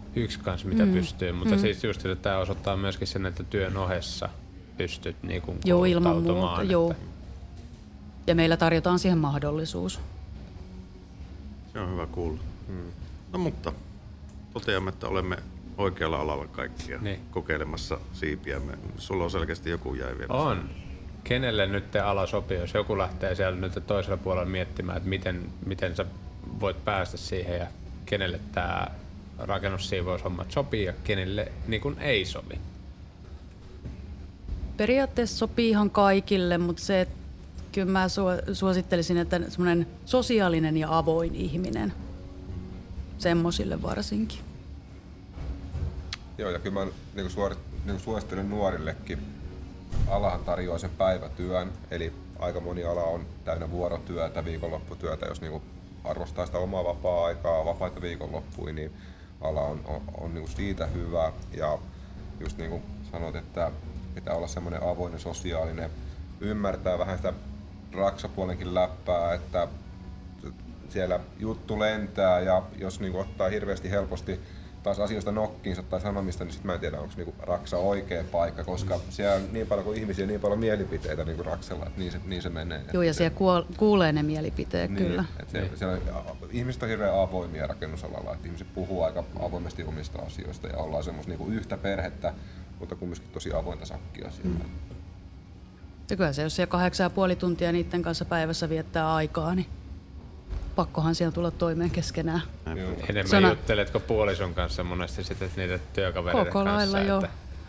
yksi kanssa, mitä Mm. pystyy, mutta Mm. siis just, että tämä osoittaa myöskin sen, että työn ohessa pystyt niin kuin Joo, ilman muuta, kouluttautumaan, joo. että- Ja meillä tarjotaan siihen mahdollisuus. Se on hyvä kuulla. No mutta toteamme, että olemme oikealla alalla kaikkia Niin. kokeilemassa siipiämme. Sulla on selkeästi joku jäi vielä. On. Kenelle nyt te ala sopii, jos joku lähtee siellä nyt toisella puolella miettimään, että miten, miten sä voit päästä siihen ja kenelle tämä rakennussiivoushommat sopii ja kenelle niin kuin ei sovi. Periaatteessa sopii ihan kaikille, mutta se, että kyllä mä suo- suosittelisin, että semmoinen sosiaalinen ja avoin ihminen, semmosille varsinkin. Joo, ja kyllä mä niin suorit, niin suosittelen nuorillekin. Alahan tarjoaa sen päivätyön, eli aika moni ala on täynnä vuorotyötä, viikonlopputyötä. Jos niin arvostaa sitä omaa vapaa-aikaa, vapaita viikonloppuja, niin ala on, on, on niin siitä hyvä. Ja just niin kuin sanoit, että pitää olla semmoinen avoin ja sosiaalinen, ymmärtää vähän sitä raksapuolenkin läppää, että siellä juttu lentää ja jos niin kuin ottaa hirveästi helposti taas asioista nokkiinsa tai sanomista, niin sit mä en tiedä, onko niinku Raksa oikea paikka, koska mm. siellä on niin paljon kuin ihmisiä, niin paljon mielipiteitä niinku Raksalla, että niin se, niin se menee. Joo, ja siellä kuul- kuulee ne mielipiteet niin, kyllä. että siellä, siellä on, ihmiset on hirveän avoimia rakennusalalla, että ihmiset puhuu aika avoimesti omista asioista ja ollaan semmoista niinku yhtä perhettä, mutta kumminkin tosi avointa sakkia siellä. Mm. Ja kyllä se, jos siellä kahdeksan ja puoli tuntia niiden kanssa päivässä viettää aikaa, niin pakkohan siellä tulla toimeen keskenään. Joo. Enemmän Sana- jutteletko puolison kanssa monesti sitten niitä työkavereiden Koko kanssa? lailla, joo.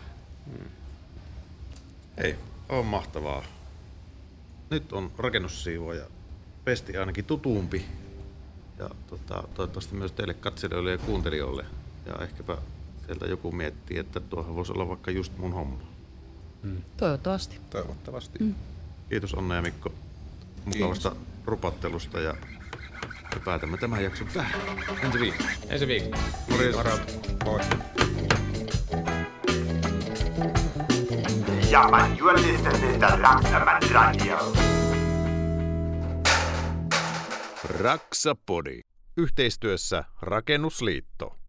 Ei, on mahtavaa. Nyt on rakennussiivoja pesti ainakin tutumpi. Ja tota, toivottavasti myös teille katselijoille ja kuuntelijoille. Ja ehkäpä sieltä joku miettii, että tuohon voisi olla vaikka just mun homma. Toivottavasti. Toivottavasti. Mm. Kiitos Onna ja Mikko mukavasta rupattelusta ja me päätämme tämän jakson tähän. Ensi viikko. Ensi viikko. Morjens. Moi. Ja, man, you are listening to Raksaman Radio. Raksapodi. Yhteistyössä Rakennusliitto.